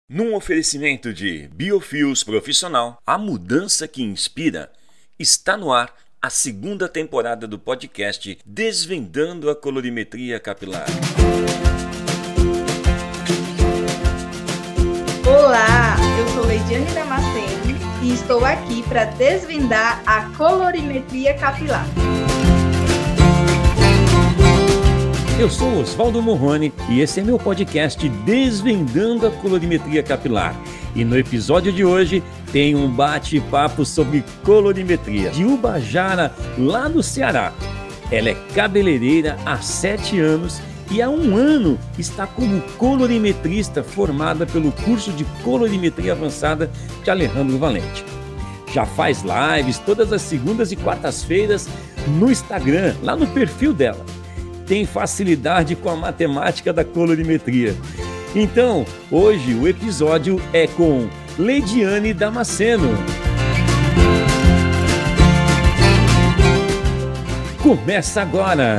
Num oferecimento de Biofios Profissional, a mudança que inspira, está no ar a segunda temporada do podcast Desvendando a Colorimetria Capilar. Olá, eu sou Leidiane Damasceno e estou aqui para desvendar a colorimetria capilar. Eu sou Oswaldo Morrone e esse é meu podcast Desvendando a Colorimetria Capilar. E no episódio de hoje tem um bate-papo sobre colorimetria de Ubajara, lá no Ceará. Ela é cabeleireira há 7 anos e há 1 ano está como colorimetrista formada pelo curso de colorimetria avançada de Alejandro Valente. Já faz lives todas as segundas e quartas-feiras no Instagram, lá no perfil dela. Tem facilidade com a matemática da colorimetria. Então, hoje o episódio é com Leidiane Damasceno. Começa agora!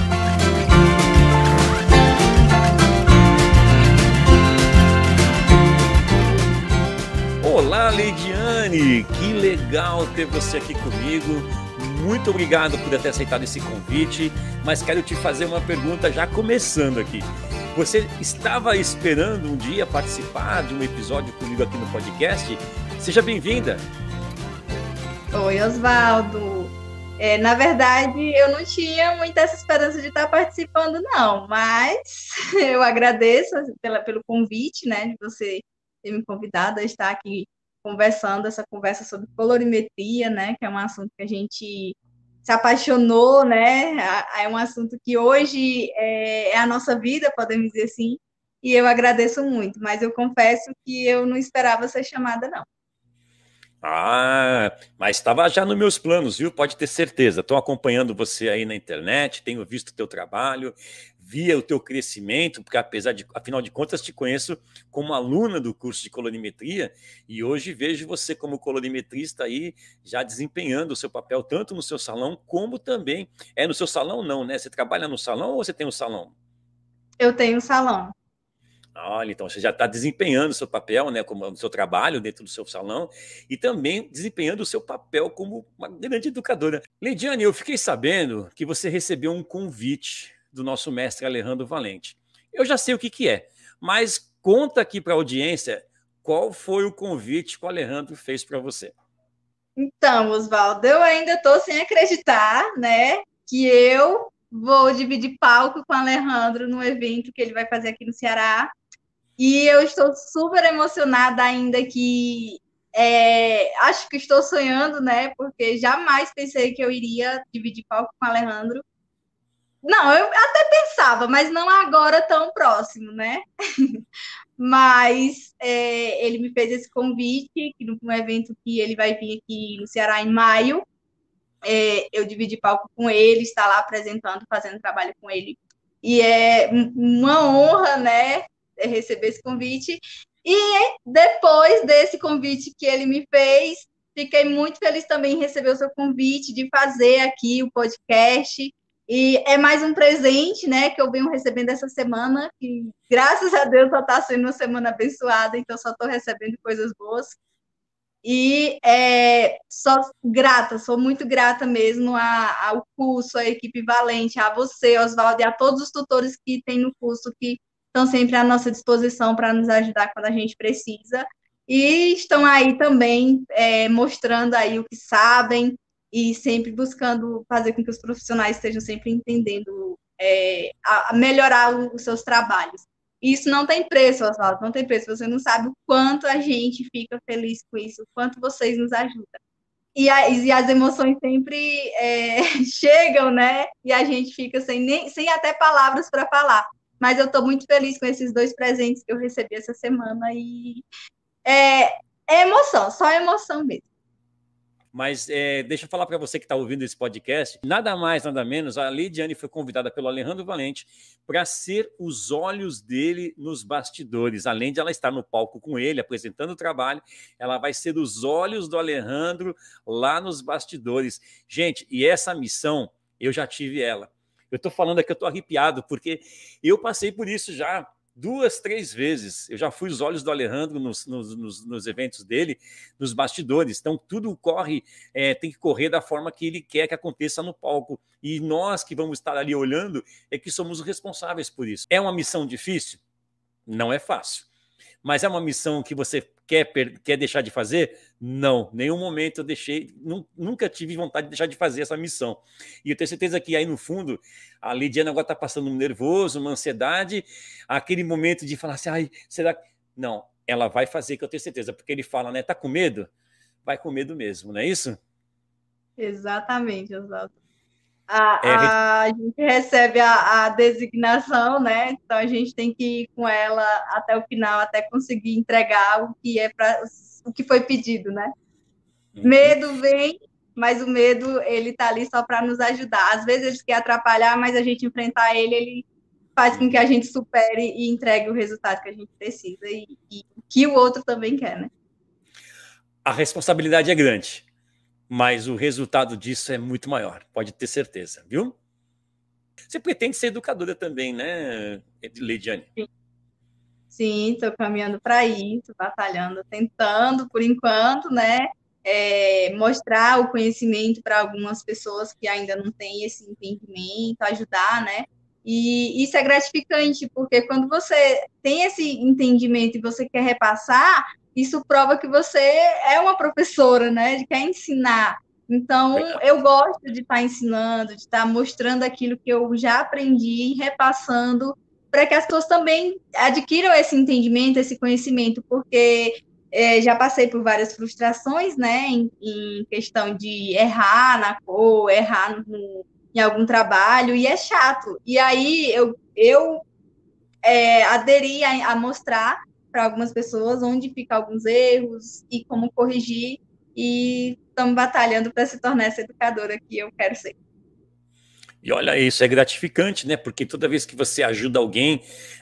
Olá, Leidiane! Que legal ter você aqui comigo. Muito obrigado por ter aceitado esse convite, mas quero te fazer uma pergunta já começando aqui. Você estava esperando um dia participar de um episódio comigo aqui no podcast? Seja bem-vinda! Oi, Oswaldo. Na verdade, eu não tinha muita essa esperança de estar participando, não, mas eu agradeço pelo convite, né, de você ter me convidado a estar aqui conversando, essa conversa sobre colorimetria, né, que é um assunto que a gente se apaixonou, né, é um assunto que hoje é a nossa vida, podemos dizer assim, e eu agradeço muito, mas eu confesso que eu não esperava ser chamada, não. Mas estava já nos meus planos, viu? Pode ter certeza. Estou acompanhando você aí na internet, tenho visto o teu trabalho, via o teu crescimento, porque afinal de contas, te conheço como aluna do curso de colorimetria e hoje vejo você como colorimetrista aí já desempenhando o seu papel tanto no seu salão como também. No seu salão não, né? Você trabalha no salão ou você tem um salão? Eu tenho um salão. Olha, então você já está desempenhando o seu papel, né, como o seu trabalho dentro do seu salão e também desempenhando o seu papel como uma grande educadora. Leidiane, eu fiquei sabendo que você recebeu um convite do nosso mestre Alejandro Valente. Eu já sei o que é, mas conta aqui para a audiência qual foi o convite que o Alejandro fez para você. Então, Oswaldo, eu ainda estou sem acreditar, né, que eu vou dividir palco com o Alejandro no evento que ele vai fazer aqui no Ceará. E eu estou super emocionada ainda que acho que estou sonhando, né? Porque jamais pensei que eu iria dividir palco com o Alejandro. Não, eu até pensava, mas não agora tão próximo, né? Mas ele me fez esse convite, que num evento que ele vai vir aqui no Ceará em maio. Eu dividi palco com ele, estar lá apresentando, fazendo trabalho com ele. E é uma honra, né, receber esse convite. E depois desse convite que ele me fez, fiquei muito feliz também em receber o seu convite de fazer aqui o podcast. E é mais um presente, né, que eu venho recebendo essa semana, que graças a Deus só está sendo uma semana abençoada, então só estou recebendo coisas boas. E sou muito grata mesmo ao curso, à equipe Valente, a você, Oswaldo, e a todos os tutores que tem no curso, que estão sempre à nossa disposição para nos ajudar quando a gente precisa. E estão aí também mostrando aí o que sabem e sempre buscando fazer com que os profissionais estejam sempre entendendo a melhorar os seus trabalhos. Isso não tem preço, Oswaldo, não tem preço. Você não sabe o quanto a gente fica feliz com isso, o quanto vocês nos ajudam. E as emoções sempre chegam, né? E a gente fica sem até palavras para falar. Mas eu estou muito feliz com esses 2 presentes que eu recebi essa semana. E é emoção, só emoção mesmo. Mas deixa eu falar para você que está ouvindo esse podcast, nada mais, nada menos, a Leidiane foi convidada pelo Alejandro Valente para ser os olhos dele nos bastidores. Além de ela estar no palco com ele, apresentando o trabalho, ela vai ser os olhos do Alejandro lá nos bastidores. Gente, e essa missão, eu já tive ela. Eu estou falando aqui, eu estou arrepiado, porque eu passei por isso já. 2, 3 vezes. Eu já fui os olhos do Alejandro nos eventos dele, nos bastidores. Então, tudo corre, tem que correr da forma que ele quer que aconteça no palco. E nós que vamos estar ali olhando é que somos os responsáveis por isso. É uma missão difícil? Não é fácil. Mas é uma missão que você quer deixar de fazer? Não, nenhum momento eu deixei, nunca tive vontade de deixar de fazer essa missão. E eu tenho certeza que aí no fundo, a Lidiane agora está passando um nervoso, uma ansiedade, aquele momento de falar assim, ai, será que... Não, ela vai fazer, que eu tenho certeza, porque ele fala, né, tá com medo? Vai com medo mesmo, não é isso? Exatamente, Oswaldo. É, A gente recebe a designação, né? Então a gente tem que ir com ela até o final, até conseguir entregar o que foi pedido, né? Medo vem, mas o medo ele tá ali só para nos ajudar. Às vezes ele quer atrapalhar, mas a gente enfrentar ele faz com que a gente supere e entregue o resultado que a gente precisa e que o outro também quer, né? A responsabilidade é grande, mas o resultado disso é muito maior, pode ter certeza, viu? Você pretende ser educadora também, né, Lidiane? Sim, estou caminhando para isso, batalhando, tentando, por enquanto, né, mostrar o conhecimento para algumas pessoas que ainda não têm esse entendimento, ajudar, né? E isso é gratificante, porque quando você tem esse entendimento e você quer repassar, isso prova que você é uma professora, né? De quer ensinar. Então, eu gosto de estar ensinando, de estar mostrando aquilo que eu já aprendi e repassando para que as pessoas também adquiram esse entendimento, esse conhecimento, porque já passei por várias frustrações, né, em questão de errar na cor, errar em algum trabalho, e é chato. E aí eu aderi a mostrar para algumas pessoas onde ficam alguns erros e como corrigir, e estamos batalhando para se tornar essa educadora que eu quero ser. E olha, isso é gratificante, né? Porque toda vez que você ajuda alguém,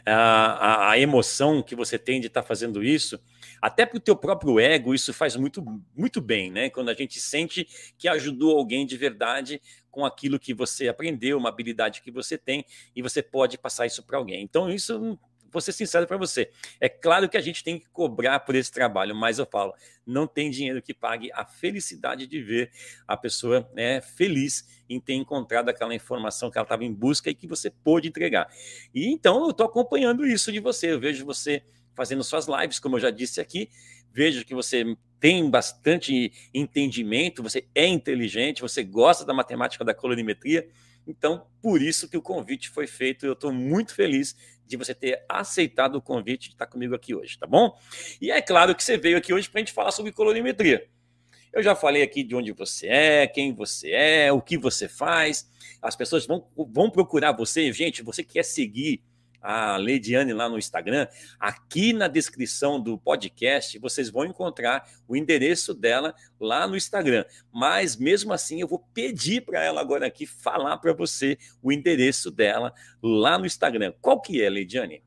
a emoção que você tem de estar fazendo isso, até para o teu próprio ego, isso faz muito, muito bem, né? Quando a gente sente que ajudou alguém de verdade com aquilo que você aprendeu, uma habilidade que você tem, e você pode passar isso para alguém. Então, isso, vou ser sincero para você, é claro que a gente tem que cobrar por esse trabalho, mas eu falo, não tem dinheiro que pague a felicidade de ver a pessoa feliz em ter encontrado aquela informação que ela estava em busca e que você pôde entregar. E então eu estou acompanhando isso de você, eu vejo você fazendo suas lives, como eu já disse aqui, vejo que você tem bastante entendimento, você é inteligente, você gosta da matemática da colorimetria, então por isso que o convite foi feito, eu estou muito feliz de você ter aceitado o convite de estar comigo aqui hoje, tá bom? E é claro que você veio aqui hoje para a gente falar sobre colorimetria. Eu já falei aqui de onde você é, quem você é, o que você faz. As pessoas vão procurar você. Gente, você quer seguir a Lidiane lá no Instagram? Aqui na descrição do podcast, vocês vão encontrar o endereço dela lá no Instagram. Mas, mesmo assim, eu vou pedir para ela agora aqui falar para você o endereço dela lá no Instagram. Qual que é, Lidiane?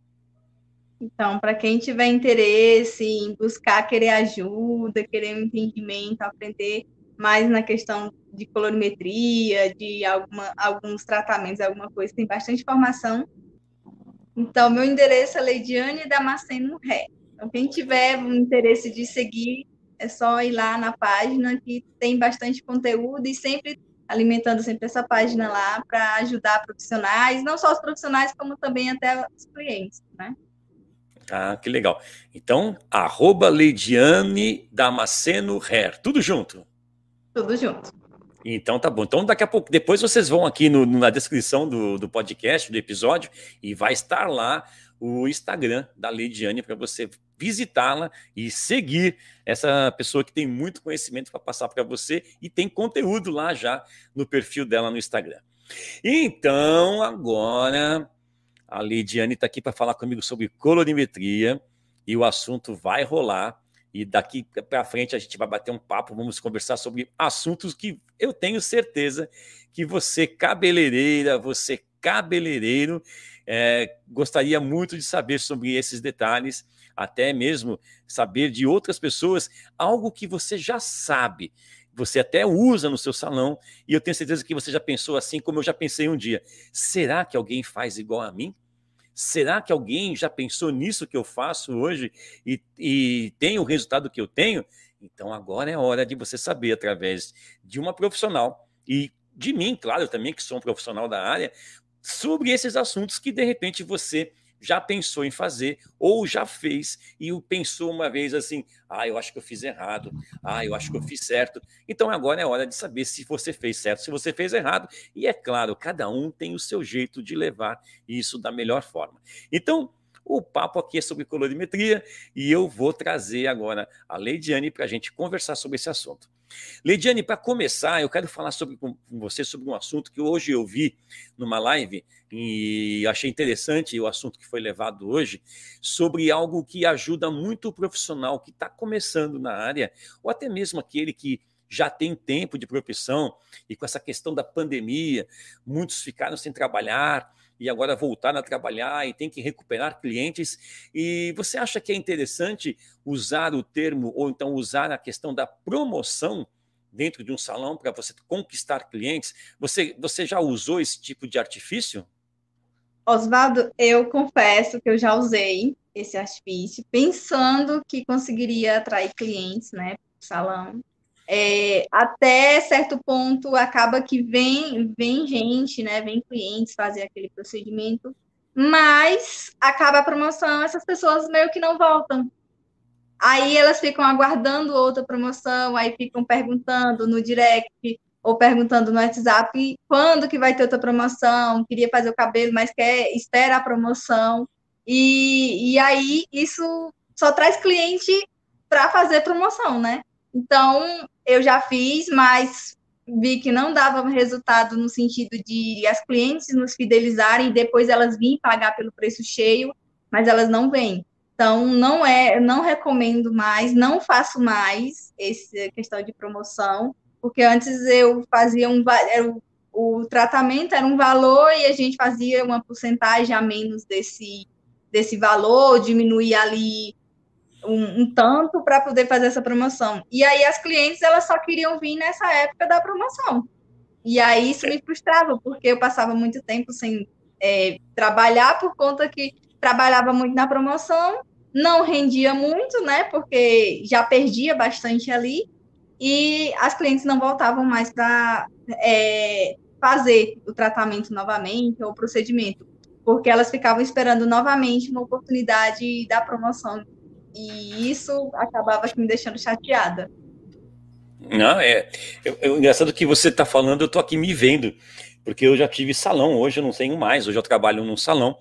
Então, para quem tiver interesse em buscar, querer ajuda, querer um entendimento, aprender mais na questão de colorimetria, de alguns tratamentos, alguma coisa, tem bastante informação. Então, meu endereço é Leidiane Damasceno Ré. Então, quem tiver um interesse de seguir, é só ir lá na página, que tem bastante conteúdo e sempre alimentando sempre essa página lá para ajudar profissionais, não só os profissionais, como também até os clientes, né? Ah, que legal. Então, @Leidiane Damasceno Hair. Tudo junto? Tudo junto. Então tá bom. Então daqui a pouco, depois vocês vão aqui na descrição do podcast, do episódio, e vai estar lá o Instagram da Lidiane para você visitá-la e seguir essa pessoa que tem muito conhecimento para passar para você e tem conteúdo lá já no perfil dela no Instagram. Então agora a Lidiane está aqui para falar comigo sobre colorimetria e o assunto vai rolar. E daqui para frente a gente vai bater um papo, vamos conversar sobre assuntos que eu tenho certeza que você, cabeleireira, você, cabeleireiro, gostaria muito de saber sobre esses detalhes, até mesmo saber de outras pessoas, algo que você já sabe, você até usa no seu salão, e eu tenho certeza que você já pensou assim como eu já pensei um dia. Será que alguém faz igual a mim? será que alguém já pensou nisso que eu faço hoje e tem o resultado que eu tenho? Então agora é hora de você saber, através de uma profissional e de mim, claro, também que sou um profissional da área, sobre esses assuntos que de repente você já pensou em fazer ou já fez e pensou uma vez assim, eu acho que eu fiz errado, eu acho que eu fiz certo. Então agora é hora de saber se você fez certo, se você fez errado. E é claro, cada um tem o seu jeito de levar isso da melhor forma. Então, o papo aqui é sobre colorimetria e eu vou trazer agora a Leidiane para a gente conversar sobre esse assunto. Leidiane, para começar, eu quero falar com você sobre um assunto que hoje eu vi numa live e achei interessante o assunto que foi levado hoje, sobre algo que ajuda muito o profissional que está começando na área, ou até mesmo aquele que já tem tempo de profissão e com essa questão da pandemia, muitos ficaram sem trabalhar e agora voltaram a trabalhar e tem que recuperar clientes. E você acha que é interessante usar o termo, ou então usar a questão da promoção dentro de um salão para você conquistar clientes? Você já usou esse tipo de artifício? Oswaldo, eu confesso que eu já usei esse artifício, pensando que conseguiria atrair clientes, né, para o salão. Até certo ponto, acaba que vem gente, né, vem clientes fazer aquele procedimento, mas acaba a promoção, essas pessoas meio que não voltam. Aí elas ficam aguardando outra promoção, aí ficam perguntando no direct ou perguntando no WhatsApp quando que vai ter outra promoção, queria fazer o cabelo, mas espera a promoção. E aí isso só traz cliente para fazer promoção, né? Então, eu já fiz, mas vi que não dava resultado no sentido de as clientes nos fidelizarem e depois elas virem pagar pelo preço cheio, mas elas não vêm. Então, não recomendo mais, não faço mais essa questão de promoção, porque antes eu fazia o tratamento era um valor e a gente fazia uma porcentagem a menos desse valor, diminuía ali um tanto para poder fazer essa promoção. E aí as clientes elas só queriam vir nessa época da promoção. E aí isso me frustrava, porque eu passava muito tempo sem trabalhar por conta que trabalhava muito na promoção, não rendia muito, né? Porque já perdia bastante ali, e as clientes não voltavam mais para fazer o tratamento novamente ou o procedimento, porque elas ficavam esperando novamente uma oportunidade da promoção. E isso acabava me deixando chateada. Não, engraçado que você está falando, eu estou aqui me vendo, porque eu já tive salão, hoje eu não tenho mais, hoje eu trabalho num salão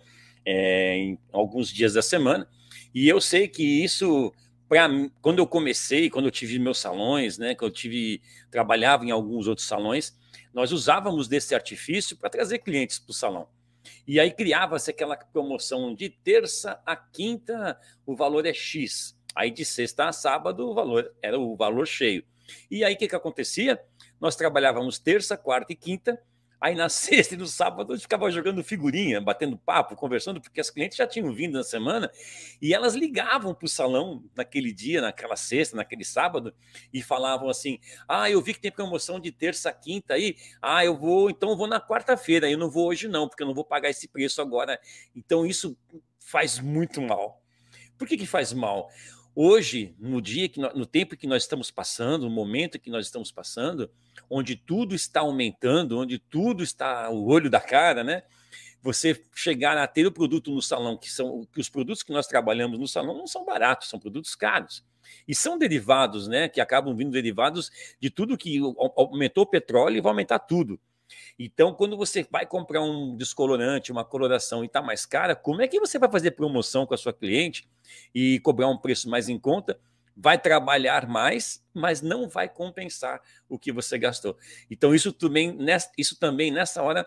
em alguns dias da semana, e eu sei que isso, quando eu comecei, quando eu tive meus salões, né, que eu trabalhava em alguns outros salões, nós usávamos desse artifício para trazer clientes para o salão. E aí criava-se aquela promoção de terça a quinta, o valor é X. Aí de sexta a sábado o valor era o valor cheio. E aí o que acontecia? Nós trabalhávamos terça, quarta e quinta, aí na sexta e no sábado a gente ficava jogando figurinha, batendo papo, conversando, porque as clientes já tinham vindo na semana e elas ligavam para o salão naquele dia, naquela sexta, naquele sábado, e falavam assim: eu vi que tem promoção de terça a quinta aí, então eu vou na quarta-feira, eu não vou hoje não, porque eu não vou pagar esse preço agora. Então isso faz muito mal. Por que faz mal? Hoje, no tempo que nós estamos passando, no momento que nós estamos passando, onde tudo está aumentando, onde tudo está o olho da cara, né? Você chegar a ter o produto no salão, que os produtos que nós trabalhamos no salão não são baratos, são produtos caros. E são derivados, né? Que acabam vindo derivados de tudo que aumentou o petróleo e vai aumentar tudo. Então, quando você vai comprar um descolorante, uma coloração e está mais cara, como é que você vai fazer promoção com a sua cliente e cobrar um preço mais em conta? Vai trabalhar mais, mas não vai compensar o que você gastou. Então, isso também nessa hora,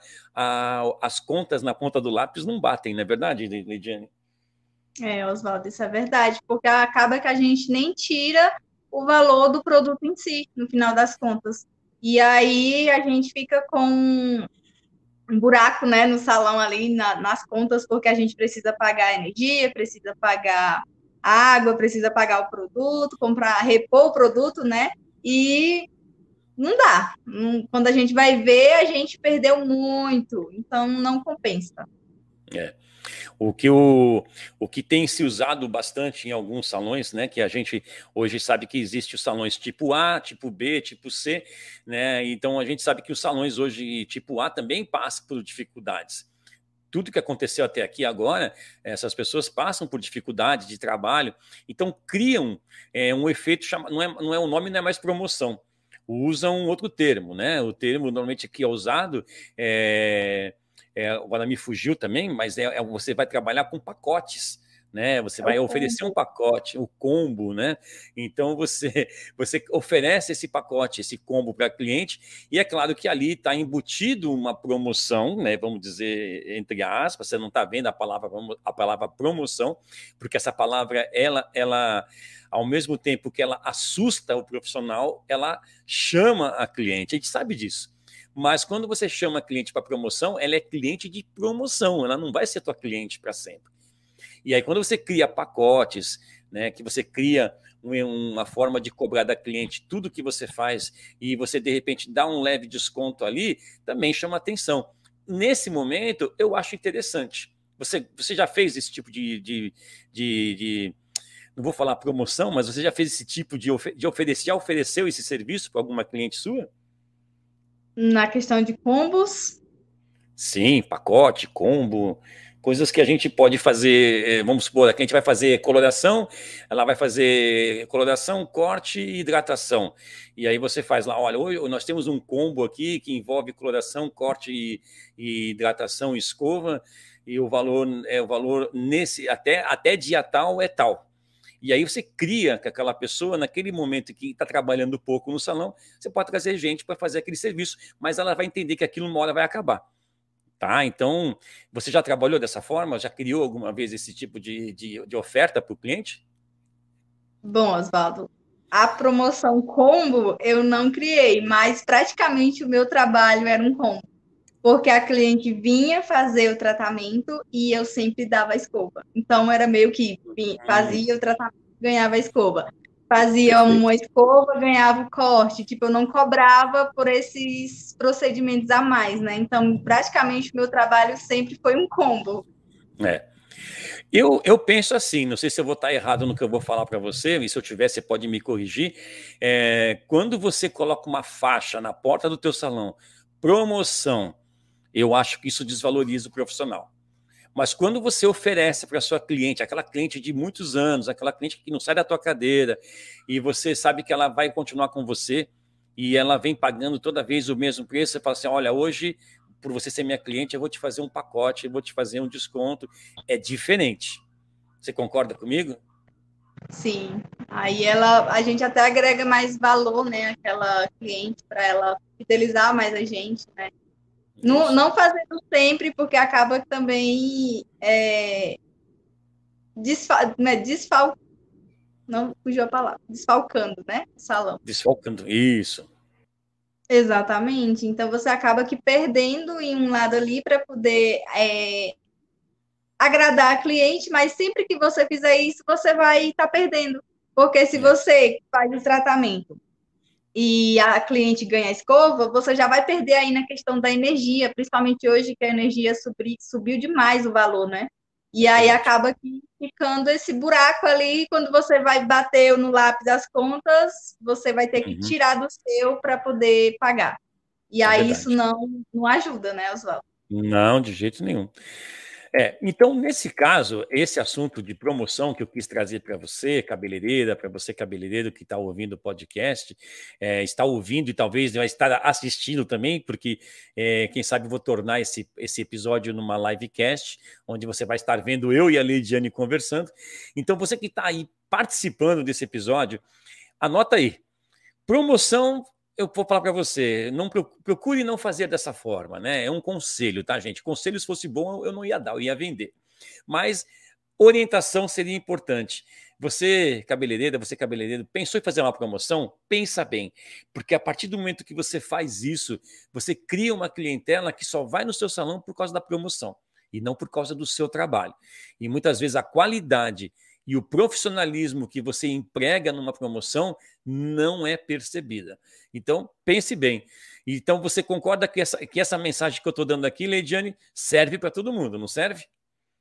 as contas na ponta do lápis não batem, não é verdade, Lidiane? Oswaldo, isso é verdade, porque acaba que a gente nem tira o valor do produto em si, no final das contas. E aí a gente fica com um buraco, né, no salão ali, nas contas, porque a gente precisa pagar energia, precisa pagar água, precisa pagar o produto, repor o produto, né? E não dá. Quando a gente vai ver, a gente perdeu muito, então não compensa. O que tem se usado bastante em alguns salões, né, que a gente hoje sabe que existe os salões tipo A, tipo B, tipo C, né, então a gente sabe que os salões hoje tipo A também passam por dificuldades. Tudo que aconteceu até aqui agora, essas pessoas passam por dificuldade de trabalho, então criam um efeito, não é o nome, não é mais promoção, usam outro termo, né? O termo normalmente aqui é usado, agora me fugiu também, mas você vai trabalhar com pacotes, né? Você vai oferecer um pacote, o combo, né? Então você oferece esse pacote, esse combo para cliente, e é claro que ali está embutido uma promoção, né? Vamos dizer entre aspas, você não está vendo a palavra promoção, porque essa palavra ela ao mesmo tempo que ela assusta o profissional, ela chama a cliente. A gente sabe disso. Mas quando você chama a cliente para promoção, ela é cliente de promoção, ela não vai ser tua cliente para sempre. E aí, quando você cria pacotes, né, que você cria uma forma de cobrar da cliente tudo que você faz e você, de repente, dá um leve desconto ali, também chama atenção. Nesse momento, eu acho interessante. Você já fez esse tipo de não vou falar promoção, mas você já fez esse tipo de oferecer, já ofereceu esse serviço para alguma cliente sua? Na questão de combos, Sim, pacote, combo, coisas que a gente pode fazer. Vamos supor, que a gente vai fazer coloração, ela vai fazer coloração, corte e hidratação. E aí você faz lá, olha, hoje nós temos um combo aqui que envolve coloração, corte e hidratação, escova, e o valor nesse, até dia tal é tal. E aí você cria com aquela pessoa, naquele momento que está trabalhando pouco no salão, você pode trazer gente para fazer aquele serviço, mas ela vai entender que aquilo uma hora vai acabar. Tá? Então, você já trabalhou dessa forma? Já criou alguma vez esse tipo de oferta para o cliente? bom, Osvaldo, a promoção combo eu não criei, mas praticamente o meu trabalho era um combo. Porque a cliente vinha fazer o tratamento e eu sempre dava a escova. Então era meio que fazia o tratamento, ganhava a escova. Fazia Perfeito. uma escova, ganhava o corte. Tipo, eu não cobrava por esses procedimentos a mais, né? Então, praticamente o meu trabalho sempre foi um combo. É. Eu penso assim, não sei se eu vou estar errado no que eu vou falar para você, e se eu tiver, você pode me corrigir. Quando você coloca uma faixa na porta do teu salão, promoção, eu acho que isso desvaloriza o profissional. Mas quando você oferece para a sua cliente, aquela cliente de muitos anos, aquela cliente que não sai da tua cadeira, e você sabe que ela vai continuar com você, e ela vem pagando toda vez o mesmo preço, você fala assim, olha, hoje, por você ser minha cliente, eu vou te fazer um pacote, eu vou te fazer um desconto. É diferente. Você concorda comigo? Sim. Aí a gente até agrega mais valor, né? Aquela cliente para ela fidelizar mais a gente, né? Não, Isso. não fazendo sempre, porque acaba que também não fugiu a palavra, desfalcando, né? O salão. Desfalcando. Isso. Exatamente. Então você acaba que perdendo em um lado ali para poder agradar a cliente, mas sempre que você fizer isso, você vai estar perdendo. Porque se É. você faz o tratamento e a cliente ganha a escova, você já vai perder aí na questão da energia, principalmente hoje que a energia subiu demais o valor, né? E aí Verdade. acaba ficando esse buraco ali, quando você vai bater no lápis as contas, você vai ter que Uhum. tirar do seu para poder pagar. E É aí isso verdade. não ajuda, né, Oswaldo? Não, de jeito nenhum. Então, nesse caso, esse assunto de promoção que eu quis trazer para você, cabeleireiro que está ouvindo o podcast, está ouvindo e talvez vai estar assistindo também, porque quem sabe eu vou tornar esse episódio numa livecast, onde você vai estar vendo eu e a Leidiane conversando. Então, você que está aí participando desse episódio, anota aí. Promoção, eu vou falar para você, não procure não fazer dessa forma, né? É um conselho, tá, gente? Conselho, se fosse bom, eu não ia dar, eu ia vender. Mas orientação seria importante. Você cabeleireiro, pensou em fazer uma promoção? Pensa bem, porque a partir do momento que você faz isso, você cria uma clientela que só vai no seu salão por causa da promoção e não por causa do seu trabalho. E muitas vezes a qualidade e o profissionalismo que você emprega numa promoção não é percebida. Então, pense bem. Então, você concorda que essa mensagem que eu estou dando aqui, Leidiane, serve para todo mundo, não serve?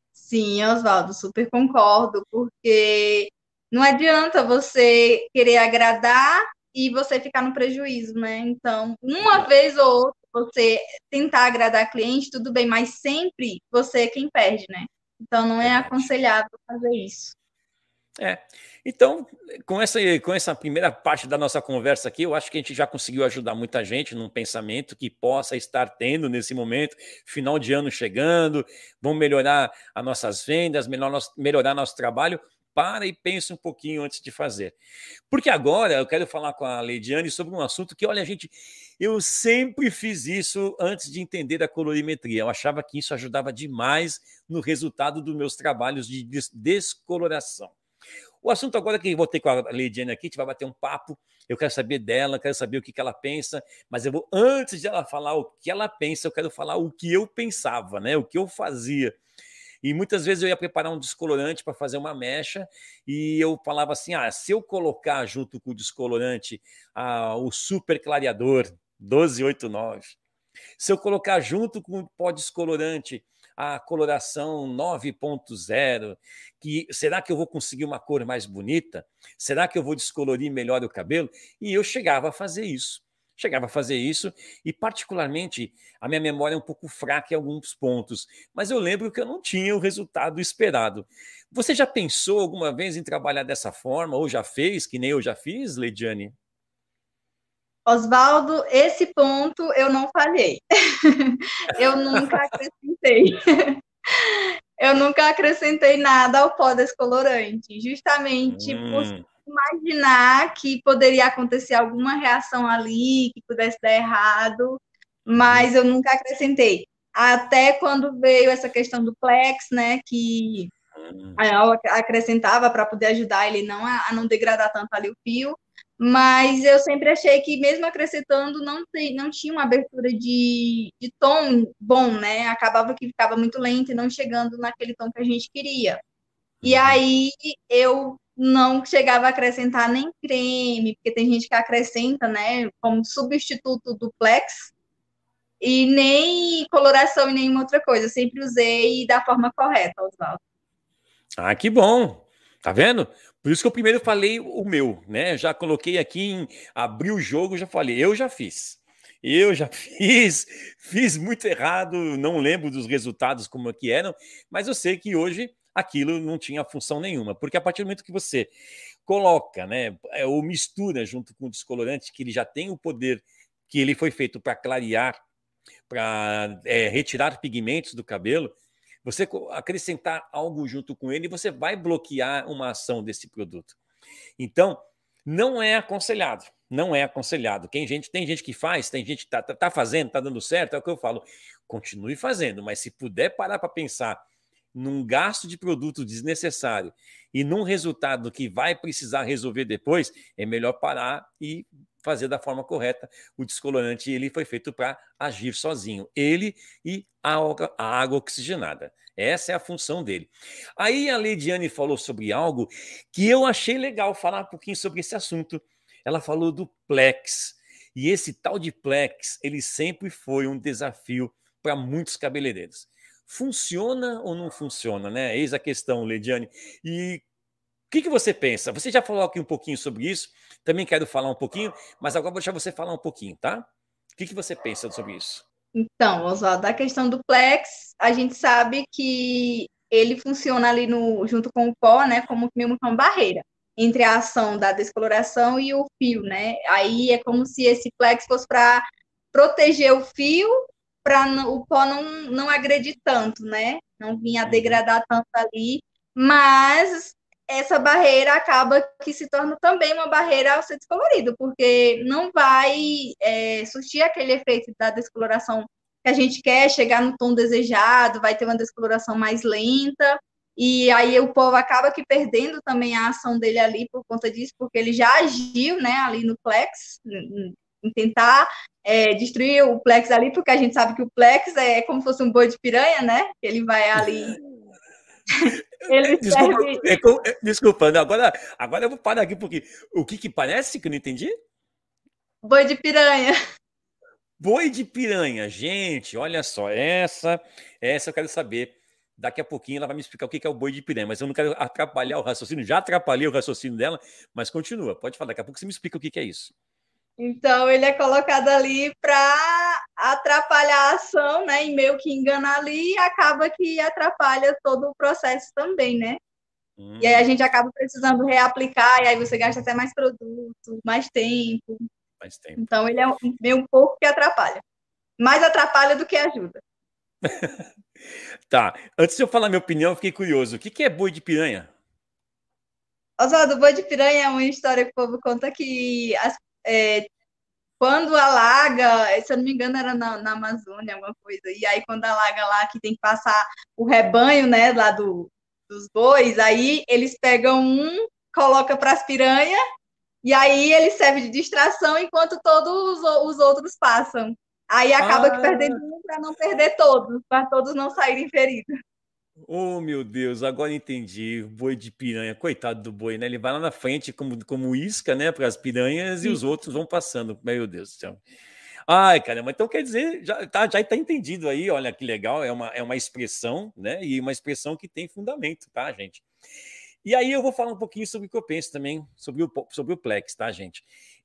Sim, Oswaldo, super concordo, porque não adianta você querer agradar e você ficar no prejuízo, né? Então, uma Verdade. vez ou outra, você tentar agradar cliente, tudo bem, mas sempre você é quem perde, né? Então, não é Verdade. aconselhável fazer isso. É. Então, com essa primeira parte da nossa conversa aqui, eu acho que a gente já conseguiu ajudar muita gente num pensamento que possa estar tendo nesse momento, final de ano chegando, vão melhorar as nossas vendas, melhorar nosso trabalho. Para e pense um pouquinho antes de fazer. Porque agora eu quero falar com a Leidiane sobre um assunto que, olha, gente, eu sempre fiz isso antes de entender a colorimetria. Eu achava que isso ajudava demais no resultado dos meus trabalhos de descoloração. O assunto agora que eu vou ter com a Leidiane aqui, a gente vai bater um papo, eu quero saber dela, quero saber o que ela pensa, mas eu vou, antes de ela falar o que ela pensa, eu quero falar o que eu pensava, né? O que eu fazia. E muitas vezes eu ia preparar um descolorante para fazer uma mecha e eu falava assim: se eu colocar junto com o descolorante o super clareador 1289, se eu colocar junto com o pó descolorante a coloração 9.0, será que eu vou conseguir uma cor mais bonita? Será que eu vou descolorir melhor o cabelo? E eu chegava a fazer isso. Chegava a fazer isso e, particularmente, a minha memória é um pouco fraca em alguns pontos, mas eu lembro que eu não tinha o resultado esperado. Você já pensou alguma vez em trabalhar dessa forma, ou já fez, que nem eu já fiz, Leidiane? Oswaldo, esse ponto eu não falhei. Eu nunca acrescentei. Eu nunca acrescentei nada ao pó descolorante, justamente por Hum, imaginar que poderia acontecer alguma reação ali, que pudesse dar errado, uhum, mas eu nunca acrescentei. Até quando veio essa questão do Plex, né, que hum, eu acrescentava para poder ajudar ele a não degradar tanto ali o fio, mas eu sempre achei que mesmo acrescentando não tinha uma abertura de tom bom, né? Acabava que ficava muito lento e não chegando naquele tom que a gente queria. E uhum. aí eu não chegava a acrescentar nem creme, porque tem gente que acrescenta, né, como substituto do Plex, e nem coloração e nenhuma outra coisa. Eu sempre usei da forma correta, Oswaldo. Que bom. Tá vendo? Por isso que eu primeiro falei o meu, né? Já coloquei aqui em abrir o jogo, já falei, eu já fiz. Eu já fiz muito errado, não lembro dos resultados como é que eram, mas eu sei que hoje aquilo não tinha função nenhuma, porque a partir do momento que você coloca, né, ou mistura junto com o descolorante, que ele já tem o poder que ele foi feito para clarear, para retirar pigmentos do cabelo, você acrescentar algo junto com ele, você vai bloquear uma ação desse produto. Então, não é aconselhado. Não é aconselhado. Tem gente que faz, tem gente que tá fazendo, está dando certo, é o que eu falo. Continue fazendo, mas se puder parar para pensar num gasto de produto desnecessário e num resultado que vai precisar resolver depois, é melhor parar e fazer da forma correta. O descolorante ele foi feito para agir sozinho, ele e a água oxigenada. Essa é a função dele. Aí a Leidiane falou sobre algo que eu achei legal falar um pouquinho sobre esse assunto. Ela falou do Plex. E esse tal de Plex, ele sempre foi um desafio para muitos cabeleireiros. Funciona ou não funciona, né? Eis a questão, Leidiane. E o que você pensa? Você já falou aqui um pouquinho sobre isso, também quero falar um pouquinho, mas agora vou deixar você falar um pouquinho, tá? O que você pensa sobre isso? Então, Oswaldo, a questão do Plex, a gente sabe que ele funciona ali no, junto com o pó, né, como mesmo uma barreira entre a ação da descoloração e o fio, né? Aí é como se esse Plex fosse para proteger o fio, para o pó não agredir tanto, né? Não vir a Uhum. degradar tanto ali, mas essa barreira acaba que se torna também uma barreira ao ser descolorido, porque não vai surtir aquele efeito da descoloração que a gente quer, chegar no tom desejado, vai ter uma descoloração mais lenta, e aí o povo acaba que perdendo também a ação dele ali por conta disso, porque ele já agiu, né, ali no Plex, em tentar destruir o Plex ali, porque a gente sabe que o Plex é como se fosse um boi de piranha, né? Ele vai ali, ele Desculpa, serve desculpa, não, agora eu vou parar aqui, porque o que parece que eu não entendi? boi de piranha. Boi de piranha, gente, olha só, essa eu quero saber Daqui a pouquinho ela vai me explicar o que é o boi de piranha, mas eu não quero atrapalhar o raciocínio. Já atrapalhei o raciocínio dela, mas continua. Pode falar, daqui a pouco você me explica o que é isso. Então, ele é colocado ali para atrapalhar a ação, né? E meio que engana ali, e acaba que atrapalha todo o processo também, né? E aí a gente acaba precisando reaplicar, e aí você gasta até mais produto, mais tempo. Mais tempo. Então, ele é meio um pouco que atrapalha. Mais atrapalha do que ajuda. Tá, antes de eu falar minha opinião, eu fiquei curioso. O que é boi de piranha? Oswaldo, o boi de piranha é uma história que o povo conta que quando alaga, se eu não me engano, era na Amazônia, alguma coisa. E aí, quando alaga lá, que tem que passar o rebanho, né, lá dos bois, aí eles pegam um, coloca para as piranhas, e aí ele serve de distração enquanto todos os outros passam. Aí acaba que perdendo Ah, um para não perder todos, para todos não saírem feridos. oh meu Deus, agora entendi. Boi de piranha, coitado do boi, né? Ele vai lá na frente como isca, né, para as piranhas e os outros vão passando. Meu Deus do céu. Ai, caramba, então quer dizer, já tá entendido aí, olha que legal, é uma expressão, né? E uma expressão que tem fundamento, tá, gente? E aí eu vou falar um pouquinho sobre o que eu penso também, sobre o Plex, tá, gente?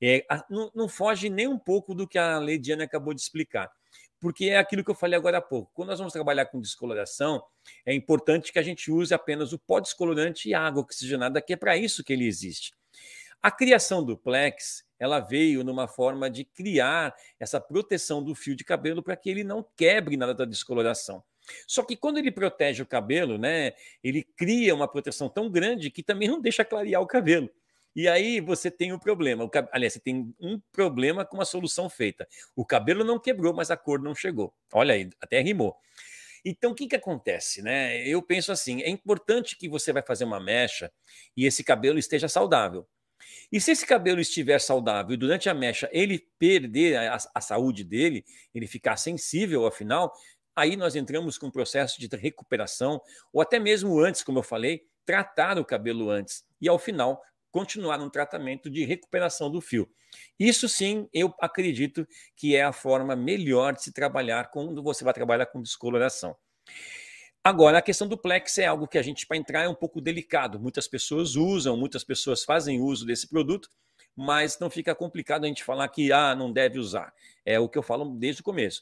Não foge nem um pouco do que a Leidiane acabou de explicar, porque é aquilo que eu falei agora há pouco. Quando nós vamos trabalhar com descoloração, é importante que a gente use apenas o pó descolorante e água oxigenada, que é para isso que ele existe. A criação do Plex, ela veio numa forma de criar essa proteção do fio de cabelo para que ele não quebre nada da descoloração. Só que quando ele protege o cabelo, né, ele cria uma proteção tão grande que também não deixa clarear o cabelo. E aí você tem um problema. Aliás, você tem um problema com uma solução feita. O cabelo não quebrou, mas a cor não chegou. Olha aí, até rimou. Então, o que acontece, né? Eu penso assim, é importante que você vai fazer uma mecha e esse cabelo esteja saudável. E se esse cabelo estiver saudável e durante a mecha ele perder a saúde dele, ele ficar sensível ao final, aí nós entramos com um processo de recuperação, ou até mesmo antes, como eu falei, tratar o cabelo antes. E ao final, continuar um tratamento de recuperação do fio. Isso sim, eu acredito que é a forma melhor de se trabalhar quando você vai trabalhar com descoloração. Agora, a questão do Plex é algo que a gente, para entrar, é um pouco delicado. Muitas pessoas usam, muitas pessoas fazem uso desse produto, mas não fica complicado a gente falar que não deve usar. É o que eu falo desde o começo.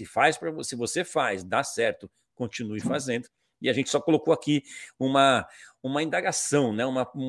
Se você faz, dá certo, continue fazendo. E a gente só colocou aqui uma indagação, né?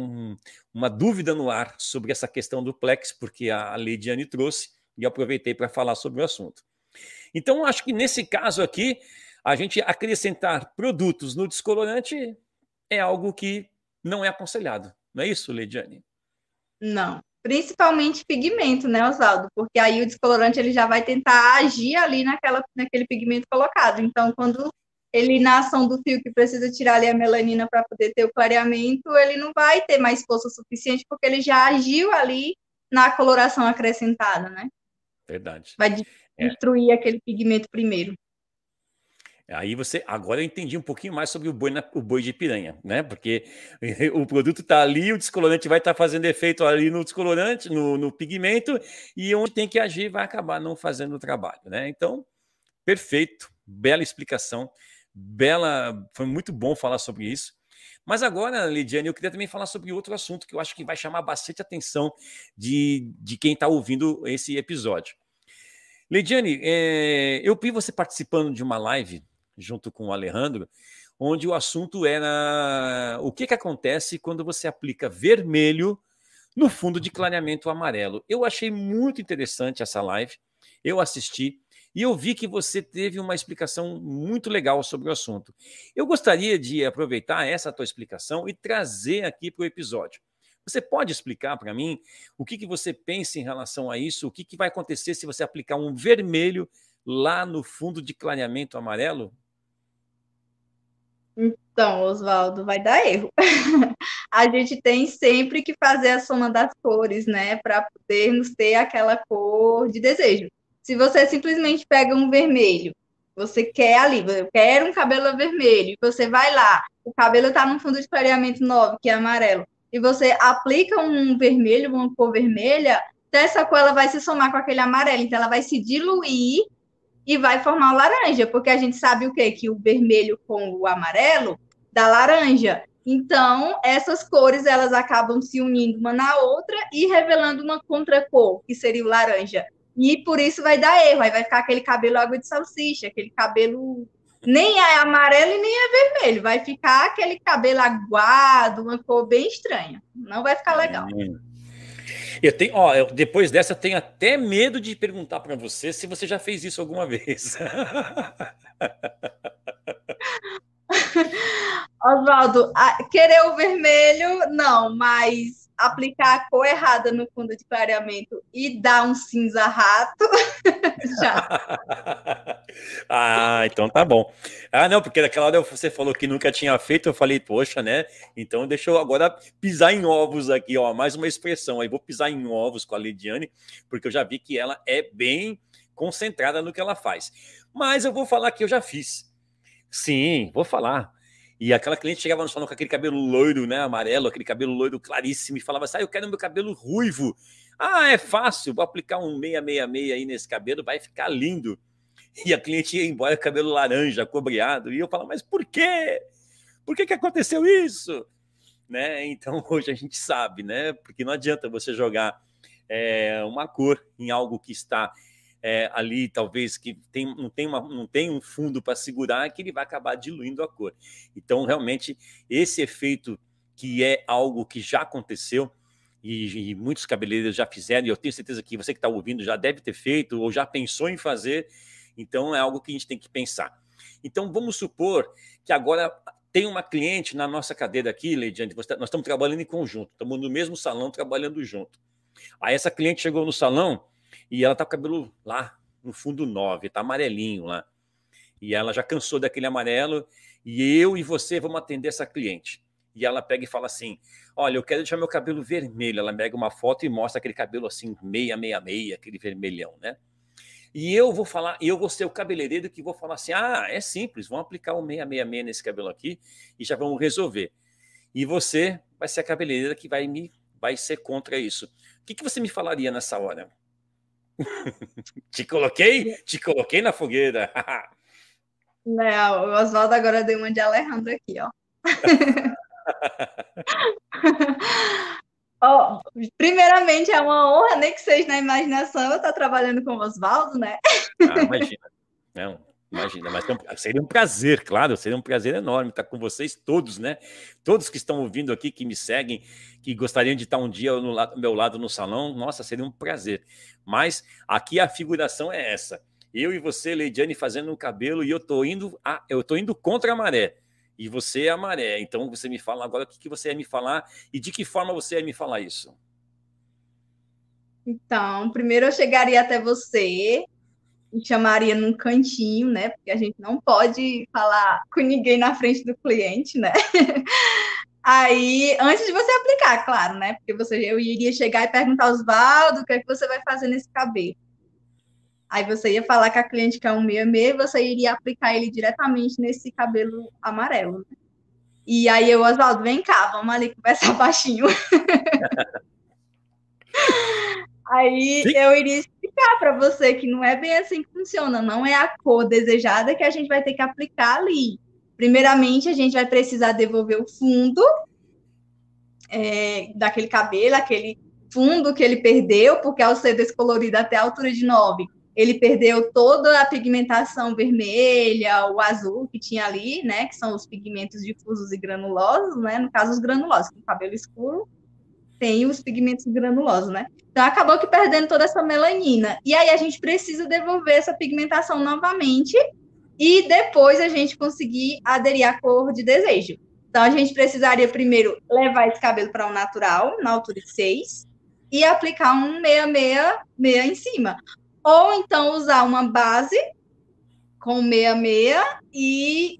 uma dúvida no ar sobre essa questão do Plex, porque a Leidiane trouxe e aproveitei para falar sobre o assunto. Então, acho que nesse caso aqui, a gente acrescentar produtos no descolorante é algo que não é aconselhado. Não é isso, Leidiane? Não. Principalmente pigmento, né, Oswaldo? Porque aí o descolorante ele já vai tentar agir ali naquele pigmento colocado. Então, quando ele, na ação do fio que precisa tirar ali a melanina para poder ter o clareamento, ele não vai ter mais força suficiente, porque ele já agiu ali na coloração acrescentada, né? Verdade. Vai destruir aquele pigmento primeiro. Aí agora eu entendi um pouquinho mais sobre o boi de piranha, né? Porque o produto está ali, o descolorante vai estar fazendo efeito ali no descolorante, no pigmento, e onde tem que agir vai acabar não fazendo o trabalho, né? Então, perfeito, bela explicação, foi muito bom falar sobre isso. Mas agora, Lidiane, eu queria também falar sobre outro assunto que eu acho que vai chamar bastante atenção de quem está ouvindo esse episódio. Lidiane, eu vi você participando de uma live junto com o Alejandro, onde o assunto era o que acontece quando você aplica vermelho no fundo de clareamento amarelo. Eu achei muito interessante essa live, eu assisti e eu vi que você teve uma explicação muito legal sobre o assunto. Eu gostaria de aproveitar essa tua explicação e trazer aqui para o episódio. Você pode explicar para mim o que você pensa em relação a isso? O que vai acontecer se você aplicar um vermelho lá no fundo de clareamento amarelo? Então, Oswaldo, vai dar erro. A gente tem sempre que fazer a soma das cores, né, para podermos ter aquela cor de desejo. Se você simplesmente pega um vermelho, você quer ali, eu quero um cabelo vermelho, e você vai lá, o cabelo está no fundo de clareamento 9, que é amarelo, e você aplica um vermelho, uma cor vermelha, essa cor ela vai se somar com aquele amarelo, então ela vai se diluir e vai formar o laranja, porque a gente sabe o quê? Que o vermelho com o amarelo dá laranja. Então, essas cores, elas acabam se unindo uma na outra e revelando uma contracor, que seria o laranja. E por isso vai dar erro, aí vai ficar aquele cabelo água de salsicha, aquele cabelo nem é amarelo e nem é vermelho, vai ficar aquele cabelo aguado, uma cor bem estranha. Não vai ficar legal. Eu tenho, ó, depois dessa, eu tenho até medo de perguntar para você se você já fez isso alguma vez. Oswaldo, querer o vermelho, não, mas aplicar a cor errada no fundo de clareamento e dar um cinza rato, já. Ah, então tá bom. Ah, não, porque naquela hora você falou que nunca tinha feito, eu falei, poxa, né? Então deixa eu agora pisar em ovos aqui, ó, mais uma expressão. Aí vou pisar em ovos com a Lidiane, porque eu já vi que ela é bem concentrada no que ela faz. Mas eu vou falar que eu já fiz. Sim, vou falar. E aquela cliente chegava no salão com aquele cabelo loiro, né, amarelo, aquele cabelo loiro claríssimo, e falava assim, eu quero meu cabelo ruivo. Ah, é fácil, vou aplicar um 666 aí nesse cabelo, vai ficar lindo. E a cliente ia embora com o cabelo laranja, cobreado, e eu falava, mas por quê? Por que aconteceu isso? Né? Então, hoje a gente sabe, né? Porque não adianta você jogar uma cor em algo que está ali, talvez, que não tem um fundo para segurar, que ele vai acabar diluindo a cor. Então, realmente, esse efeito, que é algo que já aconteceu, e muitos cabeleireiros já fizeram, e eu tenho certeza que você que está ouvindo já deve ter feito, ou já pensou em fazer, então é algo que a gente tem que pensar. Então, vamos supor que agora tem uma cliente na nossa cadeira aqui, Leidiane, nós estamos trabalhando em conjunto, estamos no mesmo salão trabalhando junto. Aí essa cliente chegou no salão e ela está com o cabelo lá no fundo 9, está amarelinho lá. E ela já cansou daquele amarelo e eu e você vamos atender essa cliente. E ela pega e fala assim, olha, eu quero deixar meu cabelo vermelho. Ela pega uma foto e mostra aquele cabelo assim, 666, aquele vermelhão, né? E eu vou ser o cabeleireiro que vou falar assim, é simples, vamos aplicar o 666 nesse cabelo aqui e já vamos resolver. E você vai ser a cabeleireira que vai ser contra isso. O que você me falaria nessa hora? Te coloquei na fogueira. Não, o Oswaldo agora deu uma de Alejandro aqui, ó. Oh, primeiramente, é uma honra, nem que seja na imaginação, eu estar trabalhando com o Oswaldo, né? Imagina. Não, imagina, mas seria um prazer, claro, seria um prazer enorme estar com vocês todos, né? Todos que estão ouvindo aqui, que me seguem, que gostariam de estar um dia ao meu lado no salão, nossa, seria um prazer. Mas aqui a figuração é essa. Eu e você, Leidiane, fazendo um cabelo e eu tô indo contra a maré. E você é a maré. Então você me fala agora o que você ia me falar e de que forma você ia me falar isso. Então, primeiro eu chegaria até você, me chamaria num cantinho, né? Porque a gente não pode falar com ninguém na frente do cliente, né? Aí, antes de você aplicar, claro, né? Porque eu iria chegar e perguntar, Oswaldo, o que é que você vai fazer nesse cabelo? Aí você ia falar que a cliente quer um 66 e você iria aplicar ele diretamente nesse cabelo amarelo, né? E aí Oswaldo, vem cá, vamos ali conversar baixinho. Aí Sim. eu iria explicar para você que não é bem assim que funciona, não é a cor desejada que a gente vai ter que aplicar ali. Primeiramente, a gente vai precisar devolver o fundo daquele cabelo, aquele fundo que ele perdeu, porque ao ser descolorido até a altura de 9, ele perdeu toda a pigmentação vermelha, o azul que tinha ali, né, que são os pigmentos difusos e granulosos, né, no caso os granulosos, com cabelo escuro, tem os pigmentos granulosos, né? Então, acabou que perdendo toda essa melanina. E aí, a gente precisa devolver essa pigmentação novamente e depois a gente conseguir aderir à cor de desejo. Então, a gente precisaria primeiro levar esse cabelo para um natural, na altura de 6, e aplicar um 666 em cima. Ou então usar uma base com 66 e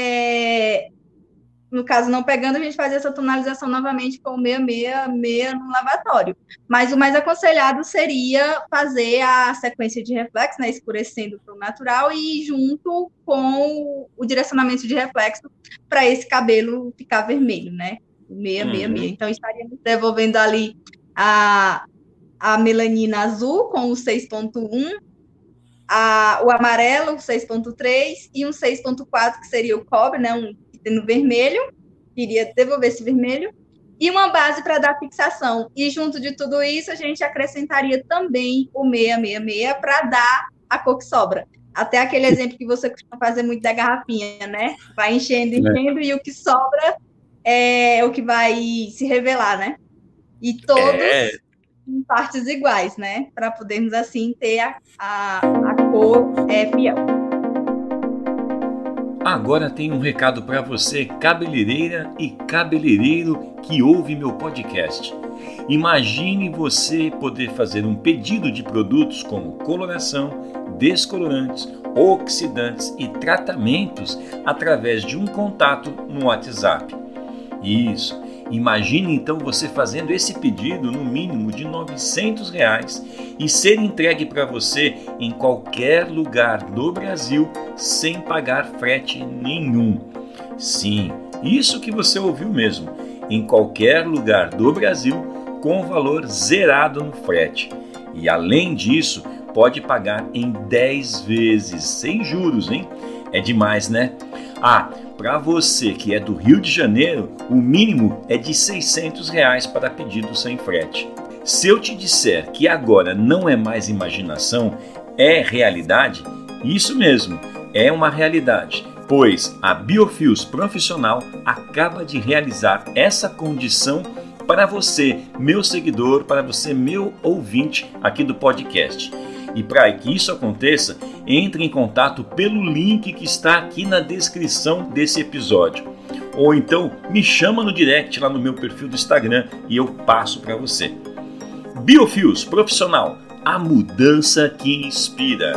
no caso, não pegando, a gente faz essa tonalização novamente com 666 no lavatório. Mas o mais aconselhado seria fazer a sequência de reflexo, né, escurecendo para o natural e junto com o direcionamento de reflexo para esse cabelo ficar vermelho, né? 666. Então, estaríamos devolvendo ali a melanina azul com o 6.1 o amarelo, 6,3, e um 6,4, que seria o cobre, né? Um que tem no vermelho, queria devolver esse vermelho, e uma base para dar fixação. E junto de tudo isso, a gente acrescentaria também o 666 para dar a cor que sobra. Até aquele exemplo que você costuma fazer muito da garrafinha, né? Vai enchendo, enchendo, e o que sobra é o que vai se revelar, né? E todos em partes iguais, né? Para podermos, assim, ter a cor fiel. Agora tem um recado para você, cabeleireira e cabeleireiro que ouve meu podcast. Imagine você poder fazer um pedido de produtos como coloração, descolorantes, oxidantes e tratamentos através de um contato no WhatsApp. Isso. Imagine então você fazendo esse pedido no mínimo de R$900 e ser entregue para você em qualquer lugar do Brasil sem pagar frete nenhum. Sim, isso que você ouviu mesmo, em qualquer lugar do Brasil com valor zerado no frete. E além disso, pode pagar em 10 vezes, sem juros, hein? É demais, né? Para você que é do Rio de Janeiro, o mínimo é de R$600 para pedido sem frete. Se eu te disser que agora não é mais imaginação, é realidade, isso mesmo, é uma realidade, pois a Biofios Profissional acaba de realizar essa condição para você, meu seguidor, para você, meu ouvinte aqui do podcast. E para que isso aconteça, entre em contato pelo link que está aqui na descrição desse episódio. Ou então me chama no direct lá no meu perfil do Instagram e eu passo para você. Biofios Profissional, a mudança que inspira.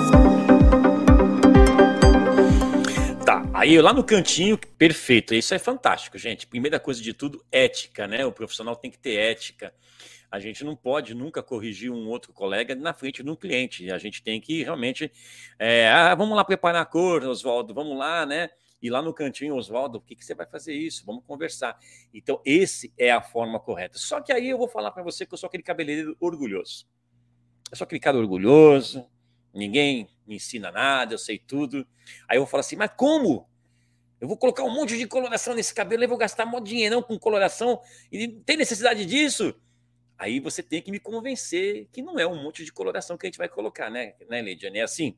Tá, aí lá no cantinho, perfeito, isso é fantástico, gente. Primeira coisa de tudo, ética, né? O profissional tem que ter ética. A gente não pode nunca corrigir um outro colega na frente de um cliente. A gente tem que realmente... vamos lá preparar a cor, Oswaldo, vamos lá, né? E lá no cantinho, Oswaldo, por que você vai fazer isso? Vamos conversar. Então, esse é a forma correta. Só que aí eu vou falar para você que eu sou aquele cabeleireiro orgulhoso. Eu sou aquele cara orgulhoso, ninguém me ensina nada, eu sei tudo. Aí eu vou falar assim, mas como? Eu vou colocar um monte de coloração nesse cabelo, eu vou gastar um monte de dinheirão com coloração e tem necessidade disso? Aí você tem que me convencer que não é um monte de coloração que a gente vai colocar, né, Lidiane? É assim?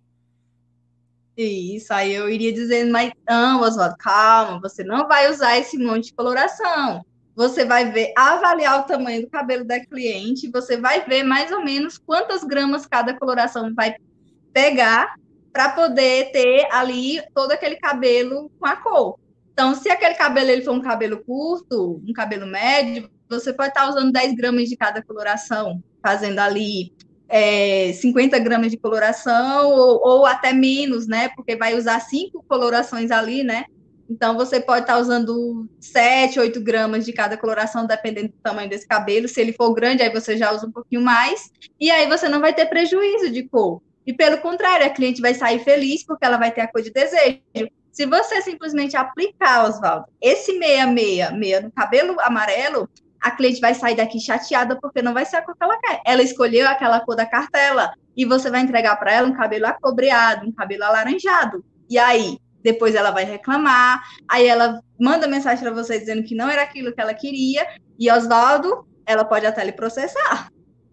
Isso, aí eu iria dizendo, mas não, Oswaldo, calma, você não vai usar esse monte de coloração. Você vai ver, avaliar o tamanho do cabelo da cliente, você vai ver mais ou menos quantas gramas cada coloração vai pegar para poder ter ali todo aquele cabelo com a cor. Então, se aquele cabelo ele for um cabelo curto, um cabelo médio, você pode estar usando 10 gramas de cada coloração, fazendo ali 50 gramas de coloração, ou até menos, né? Porque vai usar 5 colorações ali, né? Então, você pode estar usando 7, 8 gramas de cada coloração, dependendo do tamanho desse cabelo. Se ele for grande, aí você já usa um pouquinho mais. E aí você não vai ter prejuízo de cor. E pelo contrário, a cliente vai sair feliz porque ela vai ter a cor de desejo. Se você simplesmente aplicar, Oswaldo, esse 666 no cabelo amarelo, a cliente vai sair daqui chateada porque não vai ser a cor que ela quer. Ela escolheu aquela cor da cartela e você vai entregar para ela um cabelo acobreado, um cabelo alaranjado. E aí, depois ela vai reclamar, aí ela manda mensagem para você dizendo que não era aquilo que ela queria, e Oswaldo, ela pode até lhe processar.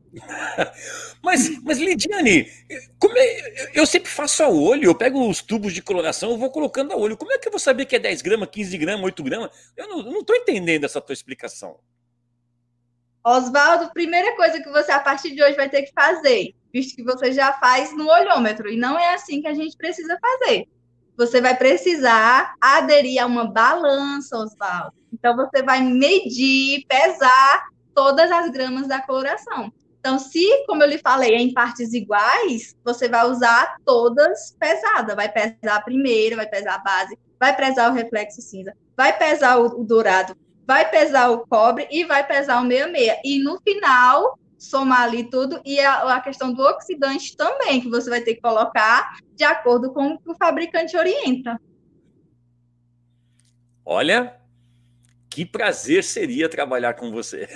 Mas Lidiane, eu sempre faço a olho, eu pego os tubos de coloração, eu vou colocando a olho. Como é que eu vou saber que é 10 gramas, 15 gramas, 8 gramas? Eu não estou entendendo essa tua explicação. Oswaldo, primeira coisa que você, a partir de hoje, vai ter que fazer, visto que você já faz no olhômetro, e não é assim que a gente precisa fazer. Você vai precisar aderir a uma balança, Oswaldo. Então, você vai medir, pesar todas as gramas da coloração. Então, se, como eu lhe falei, é em partes iguais, você vai usar todas pesadas. Vai pesar a primeira, vai pesar a base, vai pesar o reflexo cinza, vai pesar o dourado, vai pesar o cobre e vai pesar o 66. E no final, somar ali tudo. E a questão do oxidante também, que você vai ter que colocar de acordo com o que o fabricante orienta. Olha, Que prazer seria trabalhar com você.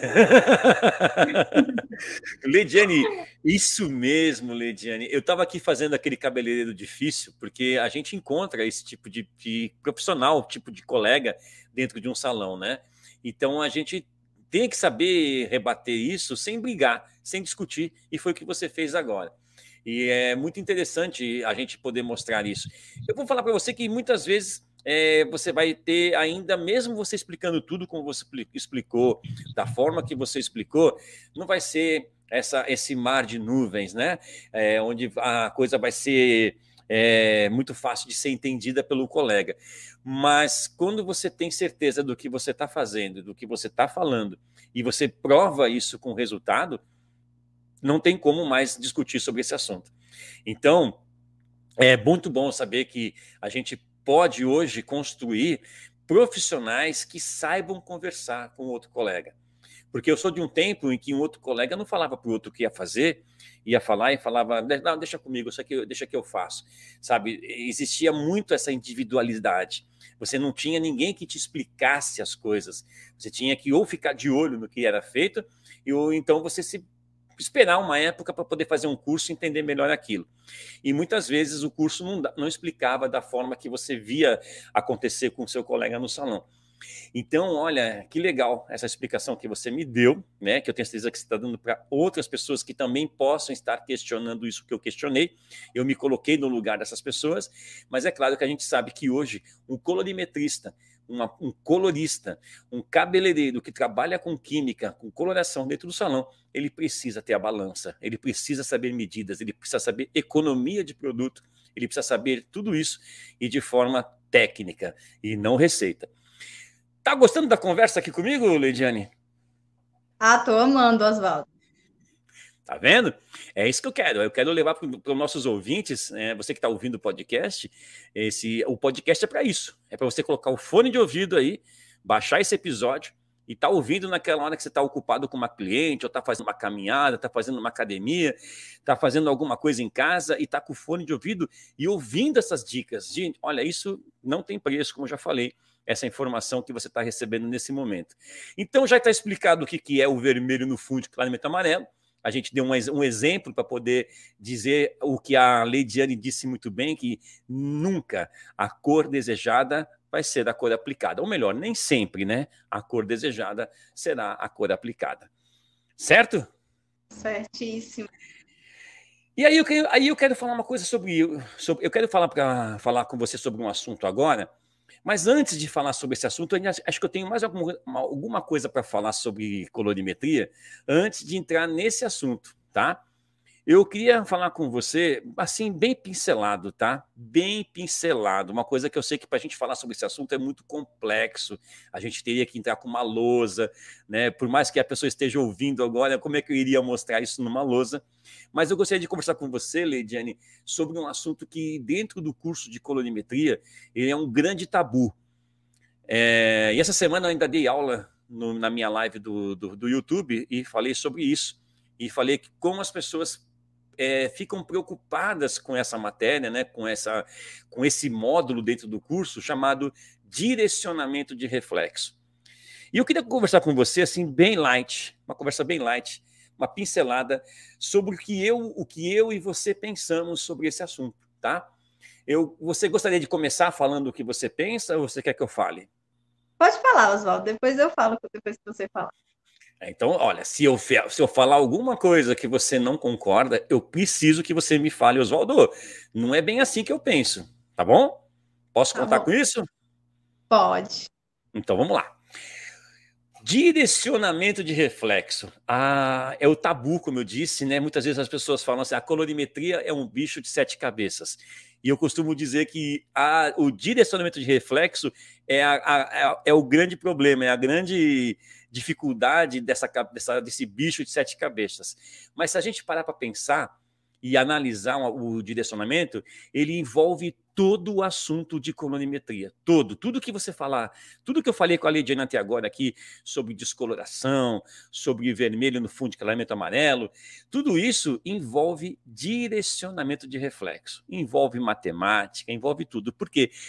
Leidiane, isso mesmo, Leidiane. Eu estava aqui fazendo aquele cabeleireiro difícil, porque a gente encontra esse tipo de profissional, tipo de colega dentro de um salão, né? Então a gente tem que saber rebater isso sem brigar, sem discutir, e foi o que você fez agora. E é muito interessante a gente poder mostrar isso. Eu vou falar para você que muitas vezes você vai ter ainda, mesmo você explicando tudo como você explicou, da forma que você explicou, não vai ser esse mar de nuvens, né? Onde a coisa vai ser muito fácil de ser entendida pelo colega. Mas quando você tem certeza do que você está fazendo, do que você está falando, e você prova isso com resultado, não tem como mais discutir sobre esse assunto. Então, é muito bom saber que a gente pode hoje construir profissionais que saibam conversar com outro colega. Porque eu sou de um tempo em que um outro colega não falava para o outro o que ia fazer, ia falar e falava, não, deixa comigo, isso aqui, deixa que eu faço. Sabe, existia muito essa individualidade. Você não tinha ninguém que te explicasse as coisas. Você tinha que ou ficar de olho no que era feito, ou então você se esperar uma época para poder fazer um curso e entender melhor aquilo. E muitas vezes o curso não explicava da forma que você via acontecer com o seu colega no salão. Então, olha, que legal essa explicação que você me deu, né? Que eu tenho certeza que você está dando para outras pessoas que também possam estar questionando isso que eu questionei. Eu me coloquei no lugar dessas pessoas, mas é claro que a gente sabe que hoje um colorimetrista, um colorista, um cabeleireiro que trabalha com química, com coloração dentro do salão, ele precisa ter a balança, ele precisa saber medidas, ele precisa saber economia de produto, ele precisa saber tudo isso e de forma técnica e não receita. Tá gostando da conversa aqui comigo, Leidiane? Tô amando, Oswaldo. Tá vendo? É isso que eu quero. Eu quero levar para os nossos ouvintes, você que está ouvindo o podcast, o podcast é para isso. É para você colocar o fone de ouvido aí, baixar esse episódio e tá ouvindo naquela hora que você está ocupado com uma cliente, ou está fazendo uma caminhada, está fazendo uma academia, está fazendo alguma coisa em casa e está com o fone de ouvido e ouvindo essas dicas. Gente, olha, isso não tem preço, como eu já falei, essa informação que você está recebendo nesse momento. Então já está explicado o que é o vermelho no fundo de clareamento amarelo. A gente deu um exemplo para poder dizer o que a Leidiane disse muito bem, que nunca a cor desejada vai ser a cor aplicada. Ou melhor, nem sempre, né? A cor desejada será a cor aplicada. Certo? Certíssimo. E aí eu quero falar uma coisa sobre eu quero falar com você sobre um assunto agora. Mas antes de falar sobre esse assunto, eu acho que eu tenho mais alguma coisa para falar sobre colorimetria antes de entrar nesse assunto, tá? Eu queria falar com você, assim, bem pincelado, tá? Bem pincelado. Uma coisa que eu sei que para a gente falar sobre esse assunto é muito complexo. A gente teria que entrar com uma lousa, né? Por mais que a pessoa esteja ouvindo agora, como é que eu iria mostrar isso numa lousa? Mas eu gostaria de conversar com você, Leidiane, sobre um assunto que, dentro do curso de colorimetria, ele é um grande tabu. E essa semana eu ainda dei aula na minha live do YouTube e falei sobre isso. E falei que como as pessoas ficam preocupadas com essa matéria, né, com esse módulo dentro do curso chamado direcionamento de reflexo. E eu queria conversar com você assim bem light, uma conversa bem light, uma pincelada sobre o que eu e você pensamos sobre esse assunto, tá? Você gostaria de começar falando o que você pensa ou você quer que eu fale? Pode falar, Oswaldo, depois eu falo, depois que você falar. Então, olha, se eu falar alguma coisa que você não concorda, eu preciso que você me fale, Oswaldo, não é bem assim que eu penso, tá bom? Posso contar com isso? Pode. Então, vamos lá. Direcionamento de reflexo. É o tabu, como eu disse, né? Muitas vezes as pessoas falam assim, a colorimetria é um bicho de 7 cabeças. E eu costumo dizer que o direcionamento de reflexo é o grande problema, é a grande dificuldade desse bicho de 7 cabeças. Mas se a gente parar para pensar e analisar o direcionamento, ele envolve todo o assunto de colorimetria. Tudo que você falar, tudo que eu falei com a Leidiane até agora aqui, sobre descoloração, sobre vermelho no fundo de clareamento amarelo, tudo isso envolve direcionamento de reflexo, envolve matemática, envolve tudo. Por quê?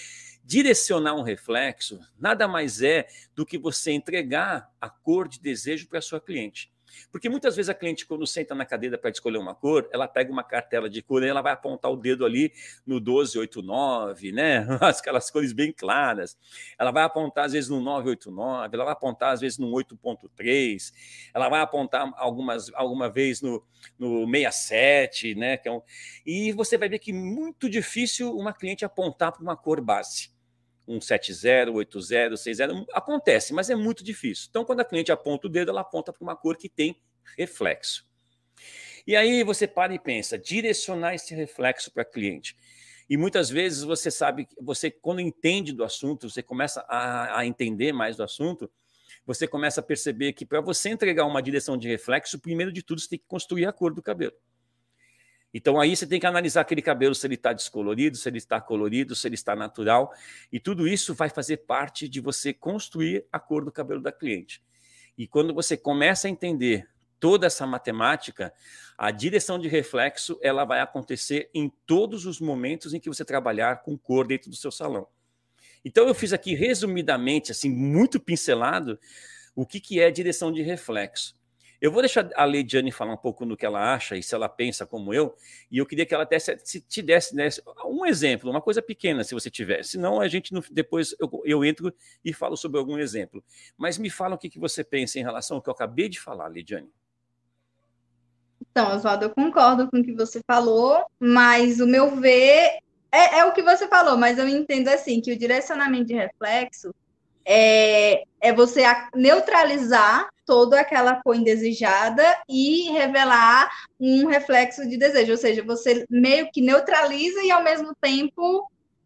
Direcionar um reflexo nada mais é do que você entregar a cor de desejo para a sua cliente. Porque muitas vezes a cliente, quando senta na cadeira para escolher uma cor, ela pega uma cartela de cor e ela vai apontar o dedo ali no 1289, né? Aquelas cores bem claras. Ela vai apontar, às vezes, no 989, ela vai apontar, às vezes, no 8.3, ela vai apontar alguma vez no 67, né? E você vai ver que é muito difícil uma cliente apontar para uma cor base. 170, 80, 60, acontece, mas é muito difícil. Então, quando a cliente aponta o dedo, ela aponta para uma cor que tem reflexo. E aí você para e pensa, direcionar esse reflexo para a cliente. E muitas vezes você sabe, você quando entende do assunto, você começa a entender mais do assunto, você começa a perceber que para você entregar uma direção de reflexo, primeiro de tudo, você tem que construir a cor do cabelo. Então, aí você tem que analisar aquele cabelo, se ele está descolorido, se ele está colorido, se ele está natural. E tudo isso vai fazer parte de você construir a cor do cabelo da cliente. E quando você começa a entender toda essa matemática, a direção de reflexo ela vai acontecer em todos os momentos em que você trabalhar com cor dentro do seu salão. Então, eu fiz aqui, resumidamente, assim, muito pincelado, o que é direção de reflexo. Eu vou deixar a Leidiane falar um pouco no que ela acha e se ela pensa como eu, e eu queria que ela te desse um exemplo, uma coisa pequena, se você tiver. Senão, a gente depois eu entro e falo sobre algum exemplo. Mas me fala o que você pensa em relação ao que eu acabei de falar, Leidiane. Então, Oswaldo, eu concordo com o que você falou, mas o meu ver é o que você falou, mas eu entendo assim que o direcionamento de reflexo é você neutralizar toda aquela cor indesejada e revelar um reflexo de desejo, ou seja, você meio que neutraliza e ao mesmo tempo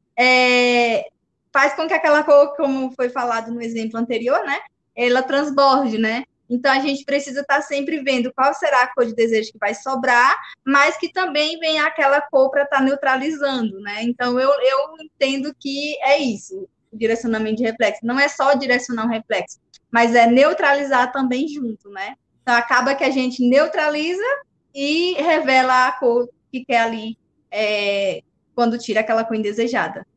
faz com que aquela cor, como foi falado no exemplo anterior, né, ela transborde, né? Então, a gente precisa estar sempre vendo qual será a cor de desejo que vai sobrar, mas que também venha aquela cor para estar neutralizando, né? Então, eu entendo que é isso, o direcionamento de reflexo. Não é só direcionar o reflexo, mas é neutralizar também junto, né? Então, acaba que a gente neutraliza e revela a cor que quer ali quando tira aquela cor indesejada.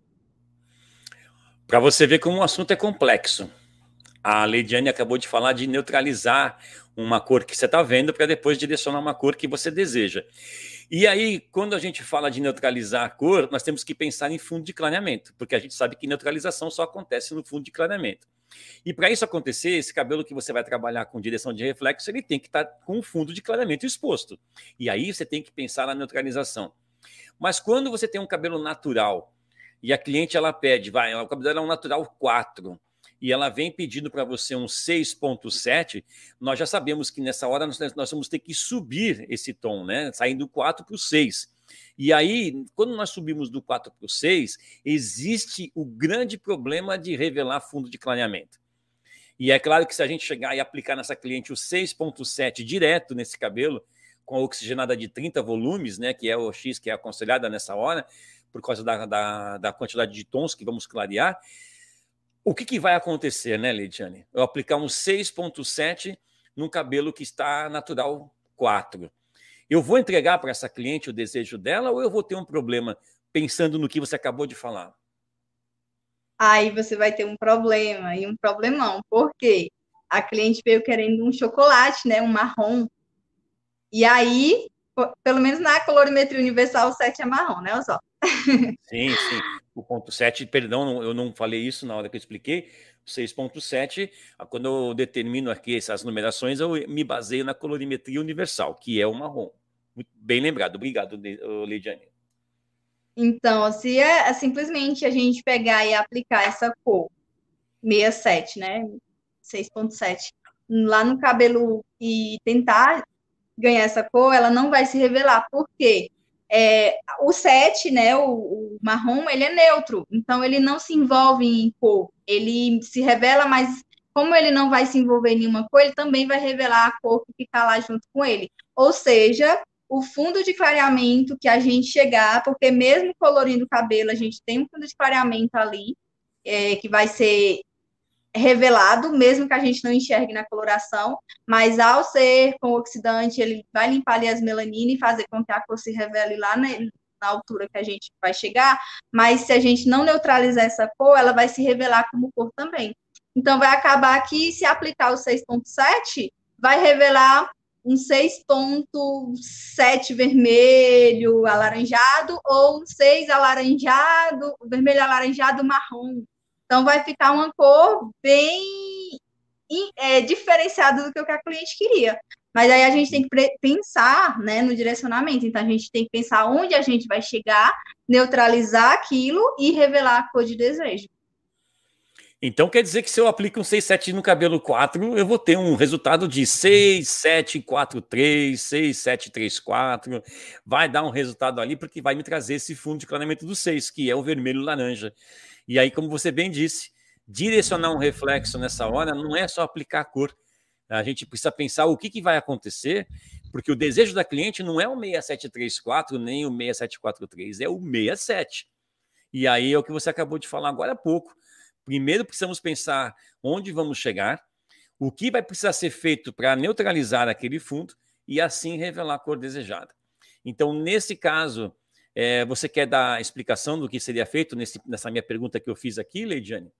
Para você ver como o assunto é complexo. A Leidiane acabou de falar de neutralizar uma cor que você está vendo para depois direcionar uma cor que você deseja. E aí, quando a gente fala de neutralizar a cor, nós temos que pensar em fundo de clareamento, porque a gente sabe que neutralização só acontece no fundo de clareamento. E para isso acontecer, esse cabelo que você vai trabalhar com direção de reflexo, ele tem que estar com o fundo de clareamento exposto. E aí você tem que pensar na neutralização. Mas quando você tem um cabelo natural e a cliente ela pede, o cabelo dela é um natural 4, e ela vem pedindo para você um 6.7, nós já sabemos que nessa hora nós vamos ter que subir esse tom, né? Saindo do 4 para o 6. E aí, quando nós subimos do 4 para o 6, existe o grande problema de revelar fundo de clareamento. E é claro que se a gente chegar e aplicar nessa cliente o 6.7 direto nesse cabelo, com a oxigenada de 30 volumes, né, que é o X que é aconselhada nessa hora, por causa da quantidade de tons que vamos clarear, o que vai acontecer, né, Leidiane? Eu aplicar um 6.7 num cabelo que está natural 4. Eu vou entregar para essa cliente o desejo dela ou eu vou ter um problema pensando no que você acabou de falar? Aí você vai ter um problema, e um problemão. Por quê? A cliente veio querendo um chocolate, né, um marrom. E aí, pelo menos na colorimetria universal, o 7 é marrom, né, Oswaldo? Sim, sim. O ponto 7, perdão, eu não falei isso na hora que eu expliquei. O 6.7, quando eu determino aqui essas numerações, eu me baseio na colorimetria universal, que é o marrom. Muito bem lembrado. Obrigado, Leidiane. Então, se é simplesmente a gente pegar e aplicar essa cor 67, né, 6.7, lá no cabelo e tentar ganhar essa cor, ela não vai se revelar. Por quê? O 7, né, o marrom, ele é neutro, então ele não se envolve em cor, ele se revela, mas como ele não vai se envolver em nenhuma cor, ele também vai revelar a cor que fica lá junto com ele. Ou seja, o fundo de clareamento que a gente chegar, porque mesmo colorindo o cabelo, a gente tem um fundo de clareamento ali, que vai ser revelado, mesmo que a gente não enxergue na coloração, mas ao ser com oxidante, ele vai limpar ali as melaninas e fazer com que a cor se revele lá na altura que a gente vai chegar, mas se a gente não neutralizar essa cor, ela vai se revelar como cor também. Então, vai acabar que, se aplicar o 6.7, vai revelar um 6.7 vermelho alaranjado ou um 6 alaranjado, vermelho alaranjado marrom. Então, vai ficar uma cor bem diferenciada do que a cliente queria. Mas aí a gente tem que pensar, né, no direcionamento. Então, a gente tem que pensar onde a gente vai chegar, neutralizar aquilo e revelar a cor de desejo. Então quer dizer que se eu aplico um 6,7 no cabelo 4, eu vou ter um resultado de 6,743, 6,734. Vai dar um resultado ali, porque vai me trazer esse fundo de clareamento do 6, que é o vermelho laranja. E aí, como você bem disse, direcionar um reflexo nessa hora não é só aplicar a cor. A gente precisa pensar o que vai acontecer, porque o desejo da cliente não é o 6734 nem o 6743, é o 67. E aí é o que você acabou de falar agora há pouco. Primeiro precisamos pensar onde vamos chegar, o que vai precisar ser feito para neutralizar aquele fundo e assim revelar a cor desejada. Então, nesse caso, você quer dar a explicação do que seria feito nessa minha pergunta que eu fiz aqui, Leidiane?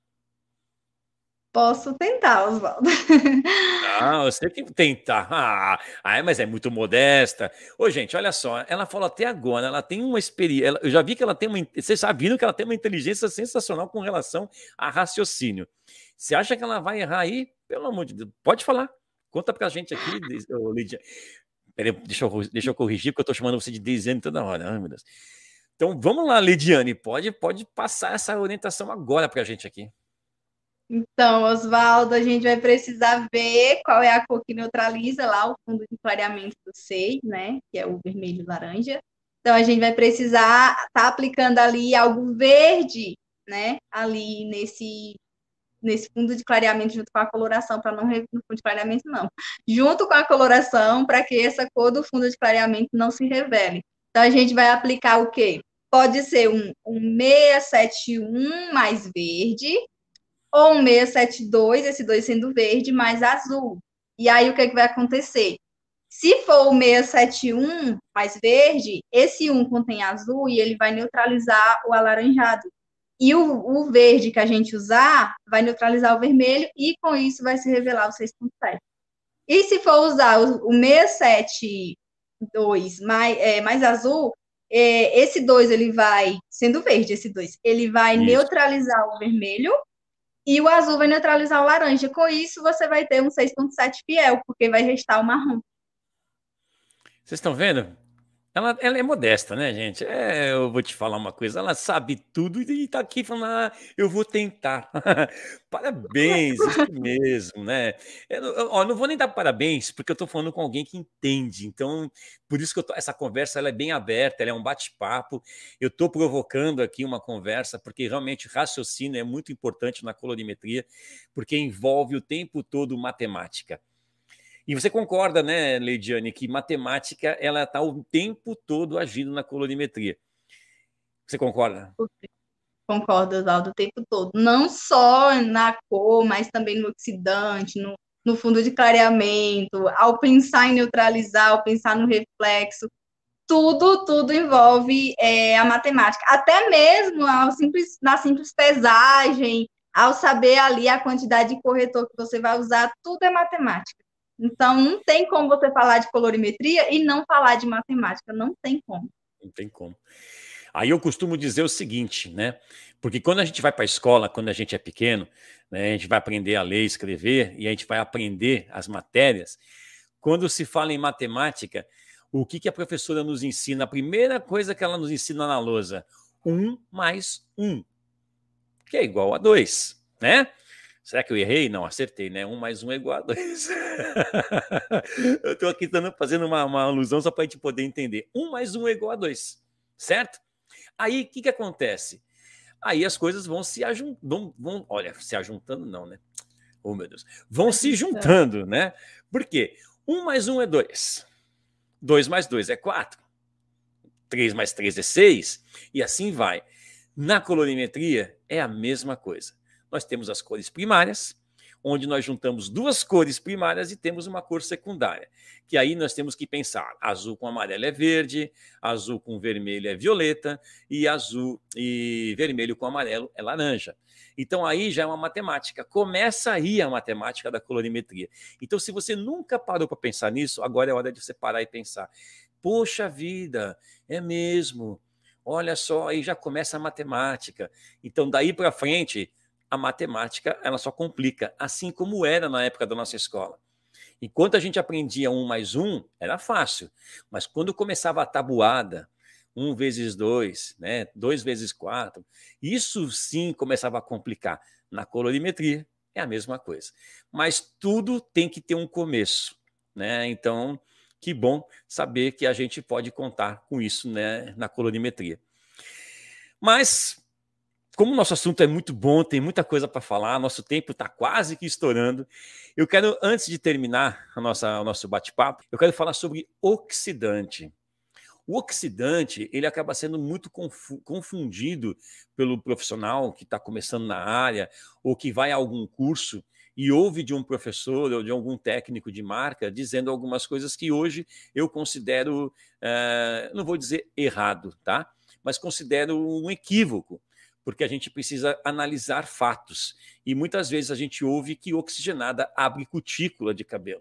Posso tentar, Oswaldo. Ah, você tem que tentar. Mas é muito modesta. Ô, gente, olha só. Ela falou até agora, ela tem uma experiência. Eu já vi que ela tem uma. Vocês já viram que ela tem uma inteligência sensacional com relação a raciocínio. Você acha que ela vai errar aí? Pelo amor de Deus. Pode falar. Conta pra gente aqui, Lídia. Peraí, deixa eu corrigir, porque eu tô chamando você de Deisiane toda hora. Ai, meu Deus. Então, vamos lá, Lidiane. Pode passar essa orientação agora pra gente aqui. Então, Oswaldo, a gente vai precisar ver qual é a cor que neutraliza lá o fundo de clareamento do 6, né? Que é o vermelho e laranja. Então, a gente vai precisar estar aplicando ali algo verde, né? Ali nesse fundo de clareamento junto com a coloração, para não no fundo de clareamento, não. Junto com a coloração, para que essa cor do fundo de clareamento não se revele. Então, a gente vai aplicar o quê? Pode ser um 671 mais verde, ou um 672, esse 2 sendo verde, mais azul. E aí, o que vai acontecer? Se for o 671 mais verde, esse 1 contém azul e ele vai neutralizar o alaranjado. E o verde que a gente usar vai neutralizar o vermelho e, com isso, vai se revelar o 6.7. E se for usar o 672 mais azul, esse 2 ele vai, sendo verde esse 2, ele vai neutralizar o vermelho e o azul vai neutralizar o laranja. Com isso, você vai ter um 6.7 fiel, porque vai restar o marrom. Vocês estão vendo? Ela é modesta, né, gente? Eu vou te falar uma coisa, ela sabe tudo e tá aqui falando, eu vou tentar. Parabéns, isso mesmo, né? Eu não vou nem dar parabéns, porque eu tô falando com alguém que entende. Então, por isso que essa conversa ela é bem aberta, ela é um bate-papo. Eu tô provocando aqui uma conversa, porque realmente raciocínio é muito importante na colorimetria, porque envolve o tempo todo matemática. E você concorda, né, Leidiane, que matemática ela está o tempo todo agindo na colorimetria. Você concorda? Concordo, Oswaldo, o tempo todo. Não só na cor, mas também no oxidante, no fundo de clareamento, ao pensar em neutralizar, ao pensar no reflexo. Tudo envolve a matemática. Até mesmo na simples pesagem, ao saber ali a quantidade de corretor que você vai usar, tudo é matemática. Então, não tem como você falar de colorimetria e não falar de matemática. Não tem como. Não tem como. Aí eu costumo dizer o seguinte, né? Porque quando a gente vai para a escola, quando a gente é pequeno, né, a gente vai aprender a ler, escrever, e a gente vai aprender as matérias. Quando se fala em matemática, o que a professora nos ensina? A primeira coisa que ela nos ensina na lousa, 1 mais 1, que é igual a 2, né? Será que eu errei? Não, acertei, né? 1 mais 1 é igual a 2. Eu estou aqui fazendo uma alusão só para a gente poder entender. 1 mais 1 é igual a 2, certo? Aí, o que acontece? Aí as coisas vão se ajuntando, olha, se ajuntando não, né? Oh, meu Deus. Vão se juntando, né? Por quê? 1 mais 1 é 2. 2 mais 2 é 4. 3 mais 3 é 6. E assim vai. Na colorimetria, é a mesma coisa. Nós temos as cores primárias, onde nós juntamos duas cores primárias e temos uma cor secundária, que aí nós temos que pensar, azul com amarelo é verde, azul com vermelho é violeta, e azul e vermelho com amarelo é laranja. Então aí já é uma matemática, começa aí a matemática da colorimetria. Então se você nunca parou para pensar nisso, agora é hora de você parar e pensar, poxa vida, é mesmo, olha só, aí já começa a matemática. Então daí para frente, a matemática ela só complica, assim como era na época da nossa escola. Enquanto a gente aprendia 1 mais 1, era fácil. Mas quando começava a tabuada, 1 vezes 2, né, 2 vezes 4, isso sim começava a complicar. Na colorimetria é a mesma coisa. Mas tudo tem que ter um começo, né? Então, que bom saber que a gente pode contar com isso, né, na colorimetria. Mas como o nosso assunto é muito bom, tem muita coisa para falar, nosso tempo está quase que estourando. Eu quero, antes de terminar o nosso bate-papo, eu quero falar sobre oxidante. O oxidante, ele acaba sendo muito confundido pelo profissional que está começando na área ou que vai a algum curso e ouve de um professor ou de algum técnico de marca dizendo algumas coisas que hoje eu considero, não vou dizer errado, tá? Mas considero um equívoco, porque a gente precisa analisar fatos. E muitas vezes a gente ouve que oxigenada abre cutícula de cabelo.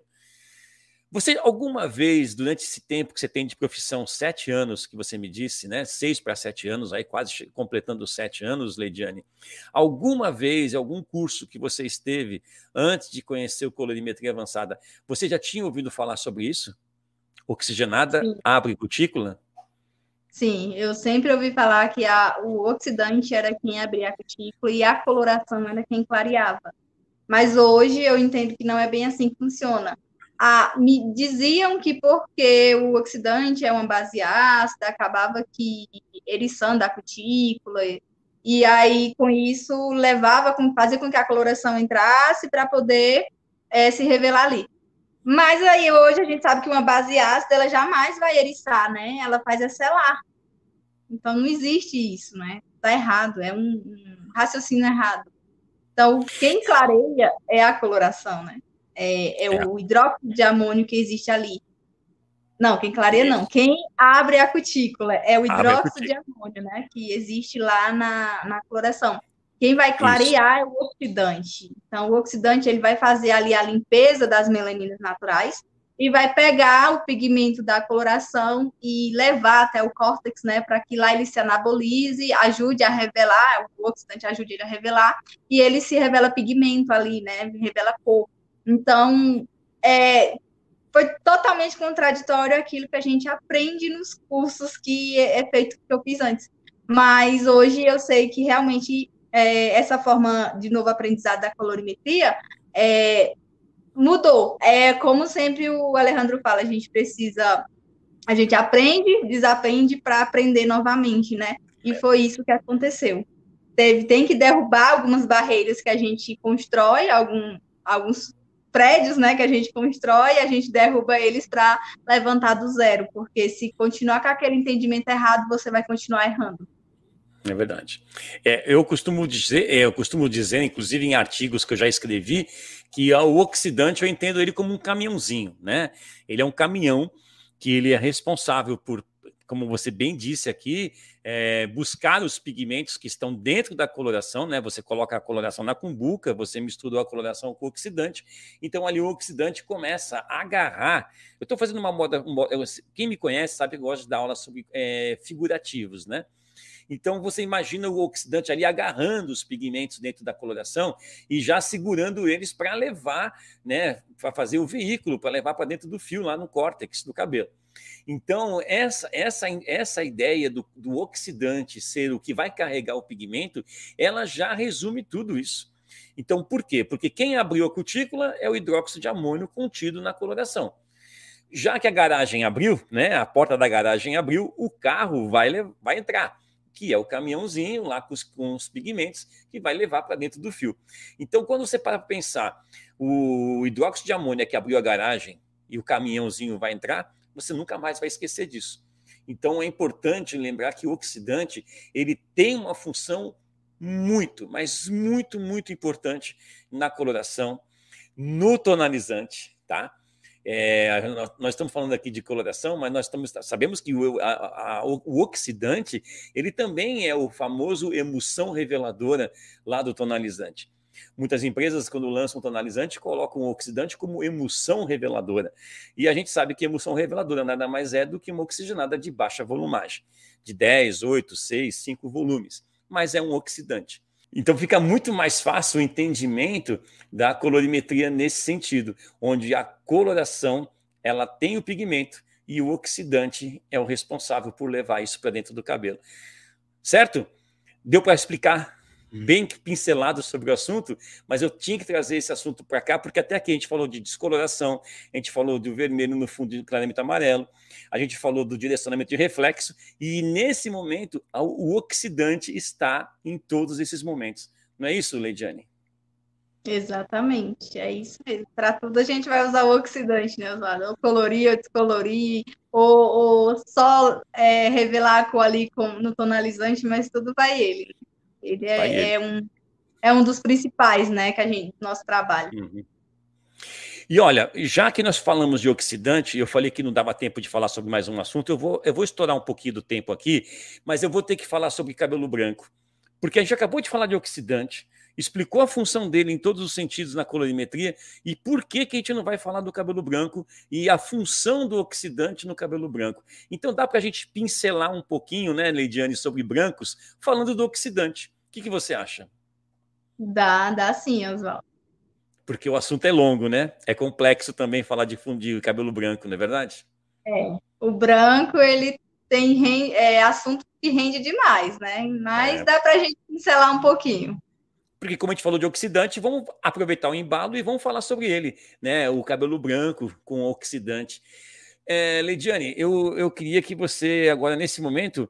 Você, alguma vez, durante esse tempo que você tem de profissão, 7 anos, que você me disse, né? 6 para 7 anos, aí quase completando 7 anos, Leidiane, alguma vez, algum curso que você esteve antes de conhecer o colorimetria avançada, você já tinha ouvido falar sobre isso? Oxigenada Sim. abre cutícula? Sim, eu sempre ouvi falar que o oxidante era quem abria a cutícula e a coloração era quem clareava. Mas hoje eu entendo que não é bem assim que funciona. Me diziam que porque o oxidante é uma base ácida, acabava que eriçando a cutícula, e aí com isso fazia com que a coloração entrasse para poder se revelar ali. Mas aí hoje a gente sabe que uma base ácida ela jamais vai eriçar, né? Ela faz selar. Então não existe isso, né? Está errado, é um raciocínio errado. Então, quem clareia é a coloração, né? É É, o hidróxido de amônio que existe ali. Não, quem clareia não. Quem abre a cutícula é o abre a hidróxido de cutícula. amônio, né? Que existe lá na coloração. Quem vai Isso. clarear é o oxidante. Então, o oxidante ele vai fazer ali a limpeza das melaninas naturais e vai pegar o pigmento da coloração e levar até o córtex, né? Para que lá ele se anabolize, ajude a revelar, o oxidante ajude ele a revelar, e ele se revela pigmento ali, né? Revela cor. Então, foi totalmente contraditório aquilo que a gente aprende nos cursos que é feito que eu fiz antes. Mas hoje eu sei que realmente essa forma de novo aprendizado da colorimetria mudou. É como sempre o Alejandro fala, a gente aprende, desaprende para aprender novamente, né? E foi isso que aconteceu. Tem que derrubar algumas barreiras que a gente constrói, alguns prédios, né, que a gente constrói, a gente derruba eles para levantar do zero, porque se continuar com aquele entendimento errado, você vai continuar errando. É verdade. Eu costumo dizer, inclusive em artigos que eu já escrevi, que o oxidante eu entendo ele como um caminhãozinho, né? Ele é um caminhão que ele é responsável por, como você bem disse aqui, buscar os pigmentos que estão dentro da coloração, né? Você coloca a coloração na cumbuca, você mistura a coloração com o oxidante, então ali o oxidante começa a agarrar. Eu estou fazendo uma moda, quem me conhece sabe que eu gosto de dar aula sobre figurativos, né? Então, você imagina o oxidante ali agarrando os pigmentos dentro da coloração e já segurando eles para levar, né, para fazer o veículo, para levar para dentro do fio, lá no córtex do cabelo. Então, essa ideia do oxidante ser o que vai carregar o pigmento, ela já resume tudo isso. Então, por quê? Porque quem abriu a cutícula é o hidróxido de amônio contido na coloração. Já que a garagem abriu, né, a porta da garagem abriu, o carro vai entrar, que é o caminhãozinho lá com os pigmentos que vai levar para dentro do fio. Então, quando você para pensar, o hidróxido de amônio é que abriu a garagem e o caminhãozinho vai entrar, você nunca mais vai esquecer disso. Então, é importante lembrar que o oxidante ele tem uma função muito, mas muito, muito importante na coloração, no tonalizante, tá? Nós estamos falando aqui de coloração, mas sabemos que o oxidante ele também é o famoso emulsão reveladora lá do tonalizante. Muitas empresas, quando lançam tonalizante, colocam o oxidante como emulsão reveladora. E a gente sabe que emulsão reveladora nada mais é do que uma oxigenada de baixa volumagem, de 10, 8, 6, 5 volumes. Mas é um oxidante. Então fica muito mais fácil o entendimento da colorimetria nesse sentido, onde a coloração ela tem o pigmento e o oxidante é o responsável por levar isso para dentro do cabelo. Certo? Deu para explicar bem pincelado sobre o assunto, mas eu tinha que trazer esse assunto para cá, porque até aqui a gente falou de descoloração, a gente falou do vermelho no fundo e do clareamento amarelo, a gente falou do direcionamento de reflexo, e nesse momento o oxidante está em todos esses momentos. Não é isso, Leidiane? Exatamente, é isso mesmo. Para tudo a gente vai usar o oxidante, né, Oswaldo? Ou colorir, ou descolorir, ou só revelar a cor ali no tonalizante, mas tudo vai ele. Ele é um dos principais, né, que nosso trabalho. Uhum. E olha, já que nós falamos de oxidante, eu falei que não dava tempo de falar sobre mais um assunto, eu vou estourar um pouquinho do tempo aqui, mas eu vou ter que falar sobre cabelo branco. Porque a gente acabou de falar de oxidante, explicou a função dele em todos os sentidos na colorimetria e por que a gente não vai falar do cabelo branco e a função do oxidante no cabelo branco. Então dá para a gente pincelar um pouquinho, né, Leidiane, sobre brancos, falando do oxidante. O que você acha? Dá sim, Oswaldo. Porque o assunto é longo, né? É complexo também falar de fundir cabelo branco, não é verdade? O branco, ele tem assunto que rende demais, né? Mas dá para a gente pincelar um pouquinho. Porque, como a gente falou de oxidante, vamos aproveitar o embalo e vamos falar sobre ele, né? O cabelo branco com oxidante. Leidiane, eu queria que você, agora, nesse momento,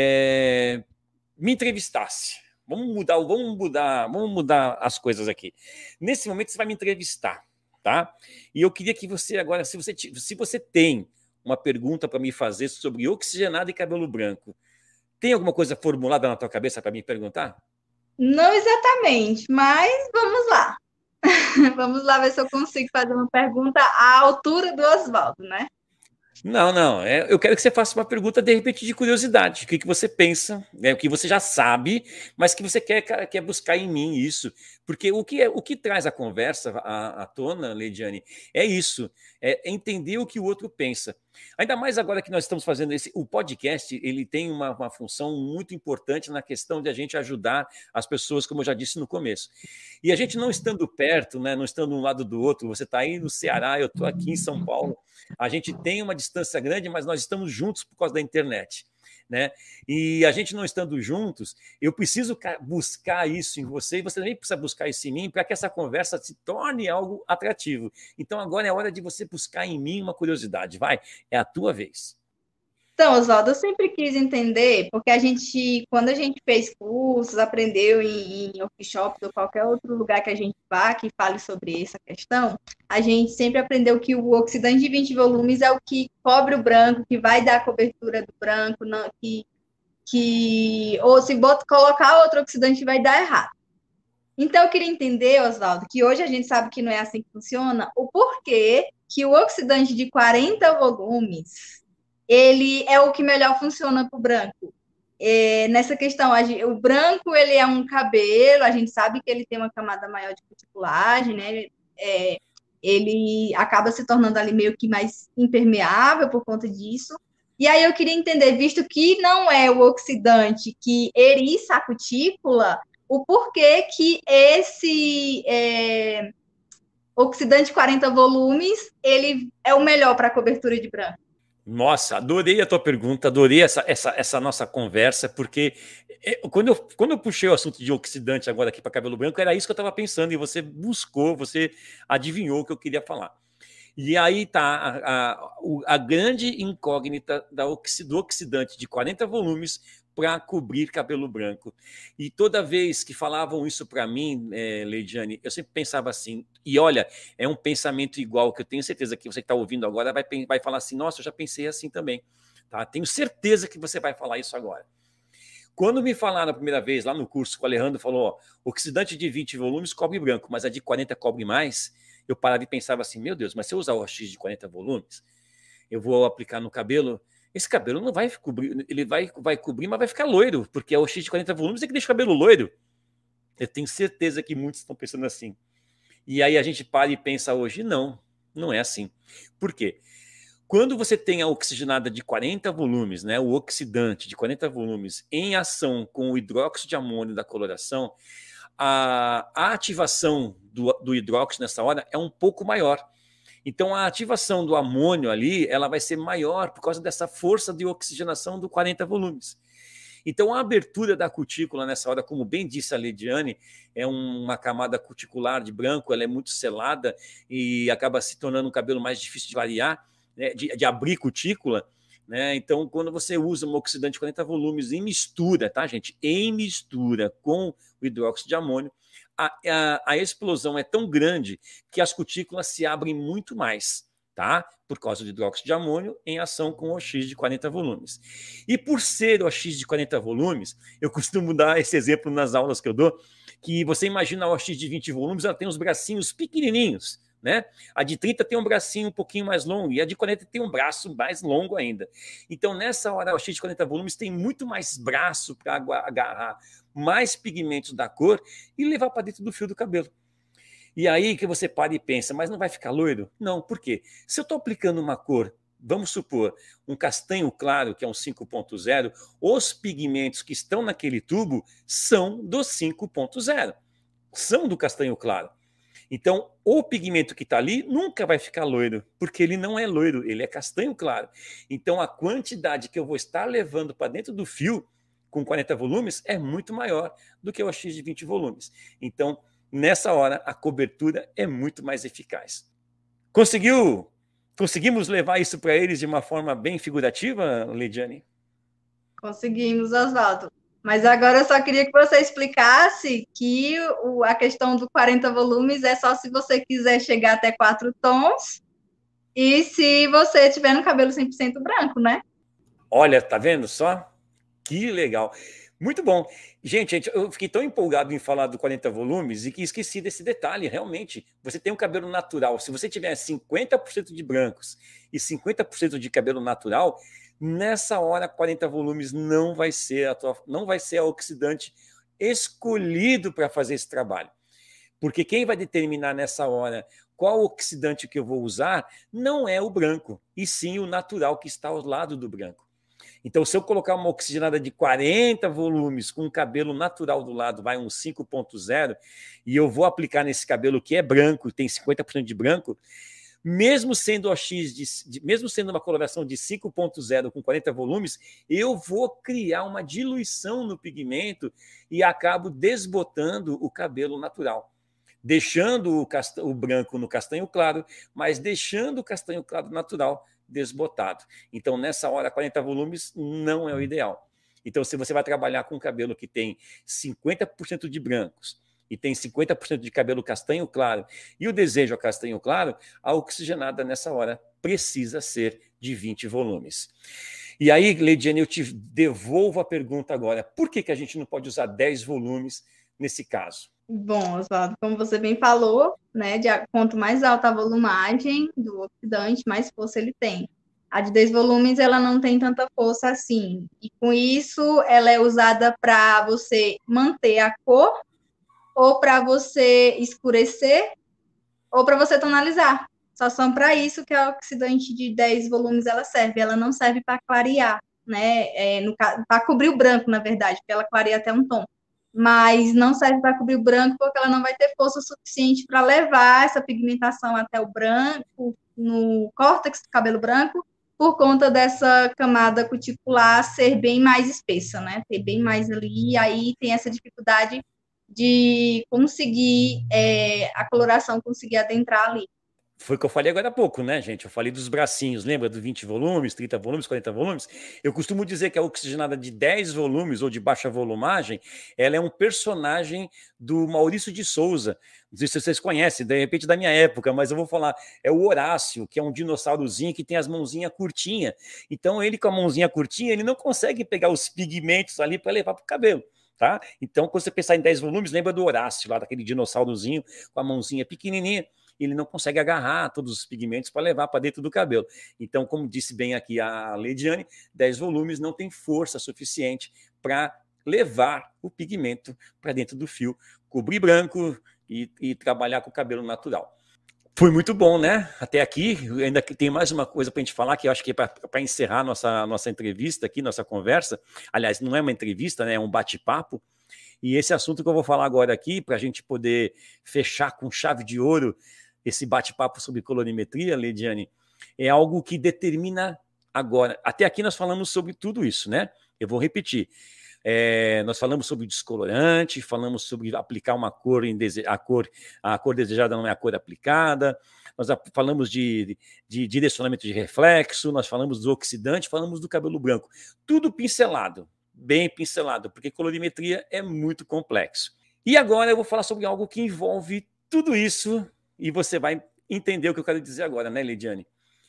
me entrevistasse. Vamos mudar as coisas aqui. Nesse momento, você vai me entrevistar, tá? E eu queria que você, agora, se você tem uma pergunta para me fazer sobre oxigenado e cabelo branco, tem alguma coisa formulada na tua cabeça para me perguntar? Não exatamente, mas vamos lá. Vamos lá ver se eu consigo fazer uma pergunta à altura do Oswaldo, né? Não. Eu quero que você faça uma pergunta, de repente, de curiosidade. O que você pensa, o que você já sabe, mas que você quer buscar em mim isso. Porque o que traz a conversa à tona, Leidiane, é isso. É entender o que o outro pensa. Ainda mais agora que nós estamos fazendo o podcast, ele tem uma função muito importante na questão de a gente ajudar as pessoas, como eu já disse no começo. E a gente não estando perto, né, não estando um lado do outro, você está aí no Ceará, eu estou aqui em São Paulo, a gente tem uma distância grande, mas nós estamos juntos por causa da internet. Né? E a gente não estando juntos, eu preciso buscar isso em você e você também precisa buscar isso em mim para que essa conversa se torne algo atrativo. Então agora é hora de você buscar em mim uma curiosidade. Vai, é a tua vez. Então, Oswaldo, eu sempre quis entender, porque quando a gente fez cursos, aprendeu em workshops ou qualquer outro lugar que a gente vá que fale sobre essa questão, a gente sempre aprendeu que o oxidante de 20 volumes é o que cobre o branco, que vai dar a cobertura do branco, não, ou se colocar outro oxidante vai dar errado. Então, eu queria entender, Oswaldo, que hoje a gente sabe que não é assim que funciona, o porquê que o oxidante de 40 volumes ele é o que melhor funciona para o branco. Nessa questão, o branco ele é um cabelo, a gente sabe que ele tem uma camada maior de cuticulagem, né? Ele acaba se tornando ali meio que mais impermeável por conta disso. E aí eu queria entender, visto que não é o oxidante que eriça a cutícula, o porquê que esse oxidante 40 volumes ele é o melhor para a cobertura de branco. Nossa, adorei a tua pergunta, adorei essa nossa conversa, porque quando eu puxei o assunto de oxidante agora aqui para cabelo branco, era isso que eu estava pensando, e você buscou, você adivinhou o que eu queria falar. E aí está a grande incógnita do oxidante de 40 volumes para cobrir cabelo branco. E toda vez que falavam isso para mim, Leidiane, eu sempre pensava assim, e olha, é um pensamento igual, que eu tenho certeza que você que está ouvindo agora vai falar assim, nossa, eu já pensei assim também. Tá? Tenho certeza que você vai falar isso agora. Quando me falaram a primeira vez, lá no curso, que o Alejandro falou, ó, oxidante de 20 volumes cobre branco, mas a de 40 cobre mais, eu parava e pensava assim, meu Deus, mas se eu usar o OX de 40 volumes, eu vou aplicar no cabelo, esse cabelo não vai cobrir, ele vai cobrir, mas vai ficar loiro, porque o OX de 40 volumes é que deixa o cabelo loiro. Eu tenho certeza que muitos estão pensando assim. E aí a gente para e pensa hoje, não é assim. Por quê? Quando você tem a oxigenada de 40 volumes, né, o oxidante de 40 volumes em ação com o hidróxido de amônio da coloração, a ativação do hidróxido nessa hora é um pouco maior. Então, a ativação do amônio ali, ela vai ser maior por causa dessa força de oxigenação do 40 volumes. Então, a abertura da cutícula nessa hora, como bem disse a Lidiane, é uma camada cuticular de branco, ela é muito selada e acaba se tornando um cabelo mais difícil de variar, né, de abrir cutícula. Né? Então, quando você usa um oxidante de 40 volumes em mistura, tá, gente? Em mistura com o hidróxido de amônio, a explosão é tão grande que as cutículas se abrem muito mais, tá? Por causa do hidróxido de amônio em ação com o OX de 40 volumes. E por ser o OX de 40 volumes, eu costumo dar esse exemplo nas aulas que eu dou, que você imagina a OX de 20 volumes, ela tem uns bracinhos pequenininhos, né? A de 30 tem um bracinho um pouquinho mais longo e a de 40 tem um braço mais longo ainda. Então, nessa hora, o OX de 40 volumes tem muito mais braço para agarrar mais pigmentos da cor e levar para dentro do fio do cabelo. E aí que você para e pensa, mas não vai ficar loiro? Não, por quê? Se eu estou aplicando uma cor, vamos supor, um castanho claro, que é um 5.0, os pigmentos que estão naquele tubo são do 5.0, são do castanho claro. Então, o pigmento que está ali nunca vai ficar loiro, porque ele não é loiro, ele é castanho claro. Então, a quantidade que eu vou estar levando para dentro do fio com 40 volumes é muito maior do que o OX de 20 volumes. Então, nessa hora, a cobertura é muito mais eficaz. Conseguimos levar isso para eles de uma forma bem figurativa, Lidiane? Conseguimos, Oswaldo. Mas agora eu só queria que você explicasse que a questão do 40 volumes é só se você quiser chegar até 4 tons e se você tiver no cabelo 100% branco, né? Olha, tá vendo só? Que legal. Muito bom. Gente, eu fiquei tão empolgado em falar do 40 volumes e que esqueci desse detalhe. Realmente, você tem um cabelo natural. Se você tiver 50% de brancos e 50% de cabelo natural, nessa hora 40 volumes não vai ser a oxidante escolhido para fazer esse trabalho. Porque quem vai determinar nessa hora qual oxidante que eu vou usar não é o branco, e sim o natural que está ao lado do branco. Então, se eu colocar uma oxigenada de 40 volumes com um cabelo natural do lado, vai um 5.0, e eu vou aplicar nesse cabelo que é branco, tem 50% de branco, mesmo sendo mesmo sendo uma coloração de 5.0 com 40 volumes, eu vou criar uma diluição no pigmento e acabo desbotando o cabelo natural, deixando o branco no castanho claro, mas deixando o castanho claro natural desbotado. Então, nessa hora, 40 volumes não é o ideal. Então, se você vai trabalhar com um cabelo que tem 50% de brancos e tem 50% de cabelo castanho claro, e o desejo a castanho claro, a oxigenada nessa hora precisa ser de 20 volumes. E aí, Leidiane, eu te devolvo a pergunta agora. Por que a gente não pode usar 10 volumes nesse caso? Bom, Oswaldo, como você bem falou, né, quanto mais alta a volumagem do oxidante, mais força ele tem. A de 10 volumes, ela não tem tanta força assim. E com isso, ela é usada para você manter a cor, ou para você escurecer, ou para você tonalizar. Só são para isso que a oxidante de 10 volumes ela serve. Ela não serve para clarear, né? Para cobrir o branco, na verdade, porque ela clareia até um tom. Mas não serve para cobrir o branco porque ela não vai ter força suficiente para levar essa pigmentação até o branco, no córtex do cabelo branco, por conta dessa camada cuticular ser bem mais espessa, né? Ter bem mais ali, e aí tem essa dificuldade de conseguir a coloração conseguir adentrar ali. Foi o que eu falei agora há pouco, né, gente? Eu falei dos bracinhos, lembra? Do 20 volumes, 30 volumes, 40 volumes. Eu costumo dizer que a oxigenada de 10 volumes ou de baixa volumagem, ela é um personagem do Maurício de Souza. Não sei se vocês conhecem, de repente da minha época, mas eu vou falar. É o Horácio, que é um dinossaurozinho que tem as mãozinhas curtinhas. Então, ele com a mãozinha curtinha, ele não consegue pegar os pigmentos ali para levar para o cabelo. Tá? Então, quando você pensar em 10 volumes, lembra do Horácio, lá daquele dinossaurozinho com a mãozinha pequenininha. ele não consegue agarrar todos os pigmentos para levar para dentro do cabelo. Então, como disse bem aqui a Leidiane, 10 volumes não tem força suficiente para levar o pigmento para dentro do fio, cobrir branco e trabalhar com o cabelo natural. Foi muito bom, né? Até aqui, ainda tem mais uma coisa para a gente falar, que eu acho que é para encerrar nossa entrevista aqui, nossa conversa. Aliás, não é uma entrevista, né? É um bate-papo. E esse assunto que eu vou falar agora aqui, para a gente poder fechar com chave de ouro esse bate-papo sobre colorimetria, Leidiane, é algo que determina agora. Até aqui nós falamos sobre tudo isso, né? Eu vou repetir. Nós falamos sobre descolorante, falamos sobre aplicar uma cor, a cor desejada não é a cor aplicada, nós falamos de direcionamento de reflexo, nós falamos do oxidante, falamos do cabelo branco. Tudo pincelado, bem pincelado, porque colorimetria é muito complexo. E agora eu vou falar sobre algo que envolve tudo isso, e você vai entender o que eu quero dizer agora, né, Leidiane?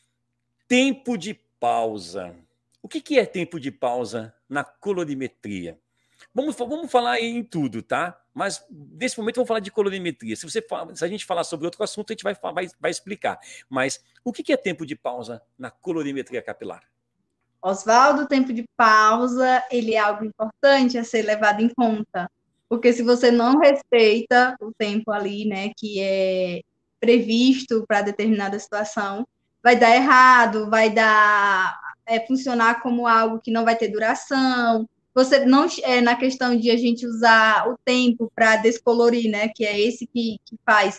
Tempo de pausa. O que é tempo de pausa na colorimetria? Vamos falar em tudo, tá? Mas nesse momento vamos falar de colorimetria. Se a gente falar sobre outro assunto, a gente vai explicar. Mas o que é tempo de pausa na colorimetria capilar? Oswaldo, o tempo de pausa, ele é algo importante a ser levado em conta. Porque se você não respeita o tempo ali, né, que é previsto para determinada situação, vai dar errado, vai funcionar como algo que não vai ter duração. Você não na questão de a gente usar o tempo para descolorir, né, que é esse que faz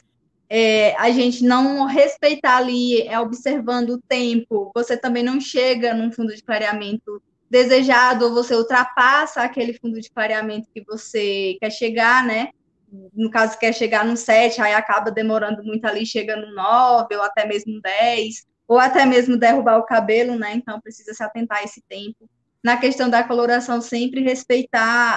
a gente não respeitar ali, observando o tempo, você também não chega num fundo de clareamento desejado, ou você ultrapassa aquele fundo de clareamento que você quer chegar, né? No caso, quer chegar no 7, aí acaba demorando muito ali, chega no 9, ou até mesmo 10, ou até mesmo derrubar o cabelo, né? Então, precisa se atentar a esse tempo. Na questão da coloração, sempre respeitar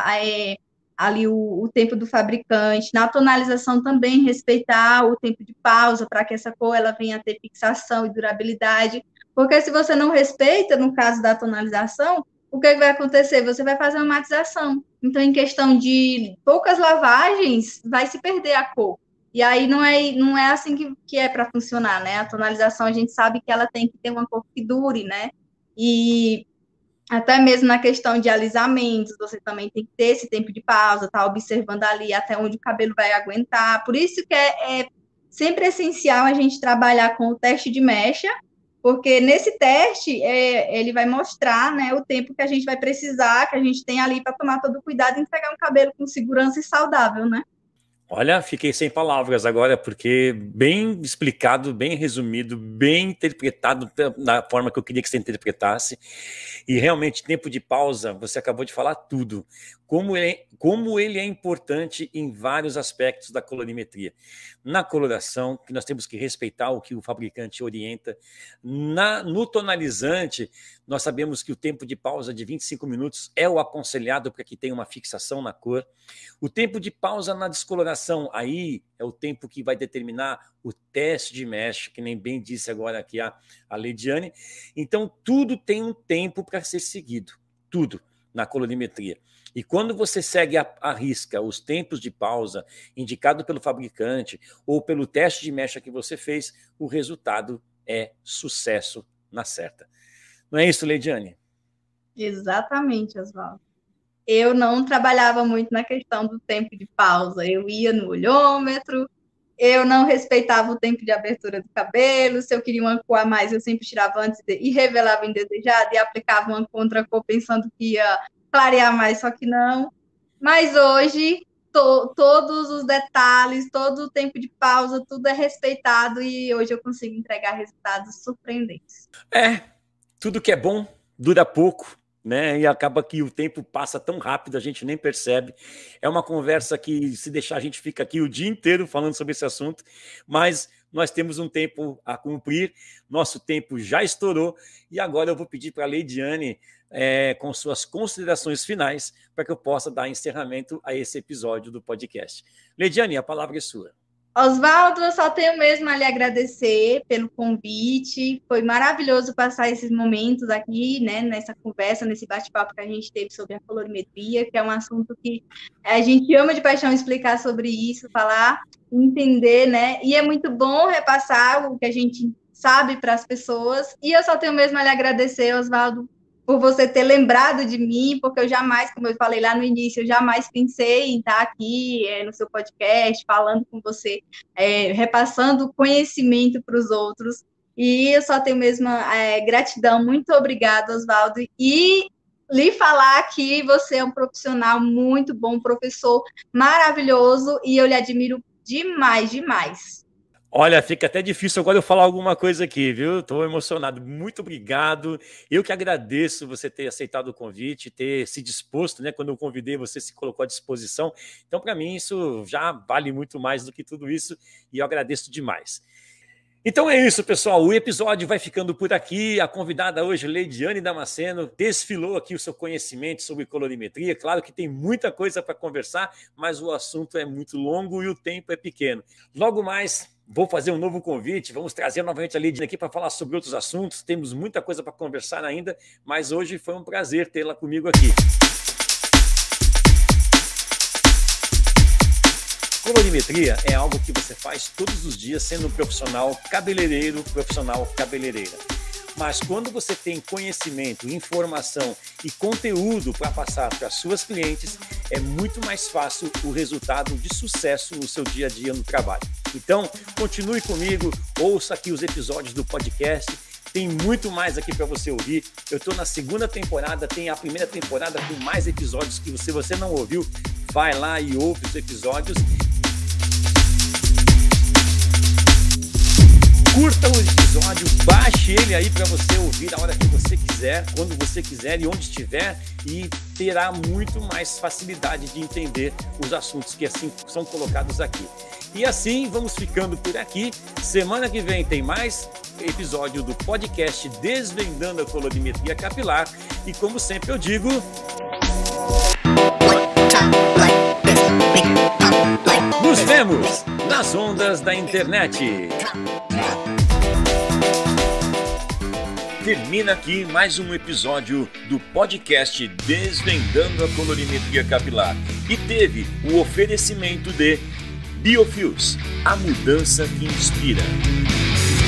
ali o tempo do fabricante. Na tonalização também respeitar o tempo de pausa para que essa cor ela venha a ter fixação e durabilidade. Porque se você não respeita, no caso da tonalização, o que vai acontecer? Você vai fazer uma matização. Então, em questão de poucas lavagens, vai se perder a cor. E aí não é assim que é para funcionar, né? A tonalização, a gente sabe que ela tem que ter uma cor que dure, né? E até mesmo na questão de alisamentos, você também tem que ter esse tempo de pausa, tá observando ali até onde o cabelo vai aguentar. Por isso que é sempre essencial a gente trabalhar com o teste de mecha, porque nesse teste ele vai mostrar, né, o tempo que a gente vai precisar, que a gente tem ali para tomar todo o cuidado e entregar um cabelo com segurança e saudável, né? Olha, fiquei sem palavras agora, porque bem explicado, bem resumido, bem interpretado da forma que eu queria que você interpretasse. E realmente, tempo de pausa, você acabou de falar tudo. Como ele é importante em vários aspectos da colorimetria. Na coloração, que nós temos que respeitar o que o fabricante orienta. No tonalizante, nós sabemos que o tempo de pausa de 25 minutos é o aconselhado para que tenha uma fixação na cor. O tempo de pausa na descoloração, aí é o tempo que vai determinar o teste de mesh, que nem bem disse agora aqui a Leidiane. Então, tudo tem um tempo para ser seguido, tudo na colorimetria. E quando você segue à risca os tempos de pausa indicado pelo fabricante ou pelo teste de mecha que você fez, o resultado é sucesso na certa. Não é isso, Leidiane? Exatamente, Oswaldo. Eu não trabalhava muito na questão do tempo de pausa. Eu ia no olhômetro, eu não respeitava o tempo de abertura do cabelo. Se eu queria uma cor a mais, eu sempre tirava antes e revelava indesejado e aplicava uma contra-cor pensando que ia clarear mais, só que não. Mas hoje, todos os detalhes, todo o tempo de pausa, tudo é respeitado e hoje eu consigo entregar resultados surpreendentes. Tudo que é bom dura pouco, né? E acaba que o tempo passa tão rápido, a gente nem percebe. É uma conversa que, se deixar, a gente fica aqui o dia inteiro falando sobre esse assunto, mas nós temos um tempo a cumprir, nosso tempo já estourou, e agora eu vou pedir para a Leidiane, com suas considerações finais, para que eu possa dar encerramento a esse episódio do podcast. Leidiane, a palavra é sua. Oswaldo, eu só tenho mesmo a lhe agradecer pelo convite. Foi maravilhoso passar esses momentos aqui, né, nessa conversa, nesse bate-papo que a gente teve sobre a colorimetria, que é um assunto que a gente ama de paixão explicar sobre isso, falar, entender, né? E é muito bom repassar o que a gente sabe para as pessoas. E eu só tenho mesmo a lhe agradecer, Oswaldo, por você ter lembrado de mim, porque eu jamais, como eu falei lá no início, eu jamais pensei em estar aqui no seu podcast, falando com você, repassando conhecimento para os outros. E eu só tenho mesmo gratidão. Muito obrigada, Oswaldo. E lhe falar que você é um profissional muito bom, professor maravilhoso, e eu lhe admiro demais, demais. Olha, fica até difícil agora eu falar alguma coisa aqui, viu? Estou emocionado. Muito obrigado. Eu que agradeço você ter aceitado o convite, ter se disposto, né? Quando eu convidei, você se colocou à disposição. Então, para mim, isso já vale muito mais do que tudo isso e eu agradeço demais. Então é isso, pessoal. O episódio vai ficando por aqui. A convidada hoje, Leidiane Damasceno, desfilou aqui o seu conhecimento sobre colorimetria. Claro que tem muita coisa para conversar, mas o assunto é muito longo e o tempo é pequeno. Logo mais, vou fazer um novo convite. Vamos trazer novamente a Leidiane aqui para falar sobre outros assuntos. Temos muita coisa para conversar ainda, mas hoje foi um prazer tê-la comigo aqui. Colorimetria é algo que você faz todos os dias sendo um profissional cabeleireiro, profissional cabeleireira. Mas quando você tem conhecimento, informação e conteúdo para passar para suas clientes, é muito mais fácil o resultado de sucesso no seu dia a dia no trabalho. Então, continue comigo, ouça aqui os episódios do podcast. Tem muito mais aqui para você ouvir. Eu estou na segunda temporada, tem a primeira temporada com mais episódios que você não ouviu. Vai lá e ouve os episódios. Curta o episódio, baixe ele aí para você ouvir a hora que você quiser, quando você quiser e onde estiver, e terá muito mais facilidade de entender os assuntos que assim são colocados aqui. E assim vamos ficando por aqui. Semana que vem tem mais episódio do podcast Desvendando a Colorimetria Capilar. E como sempre eu digo... Nos vemos nas ondas da internet. Termina aqui mais um episódio do podcast Desvendando a Colorimetria Capilar e teve o oferecimento de Biofios, a mudança que inspira.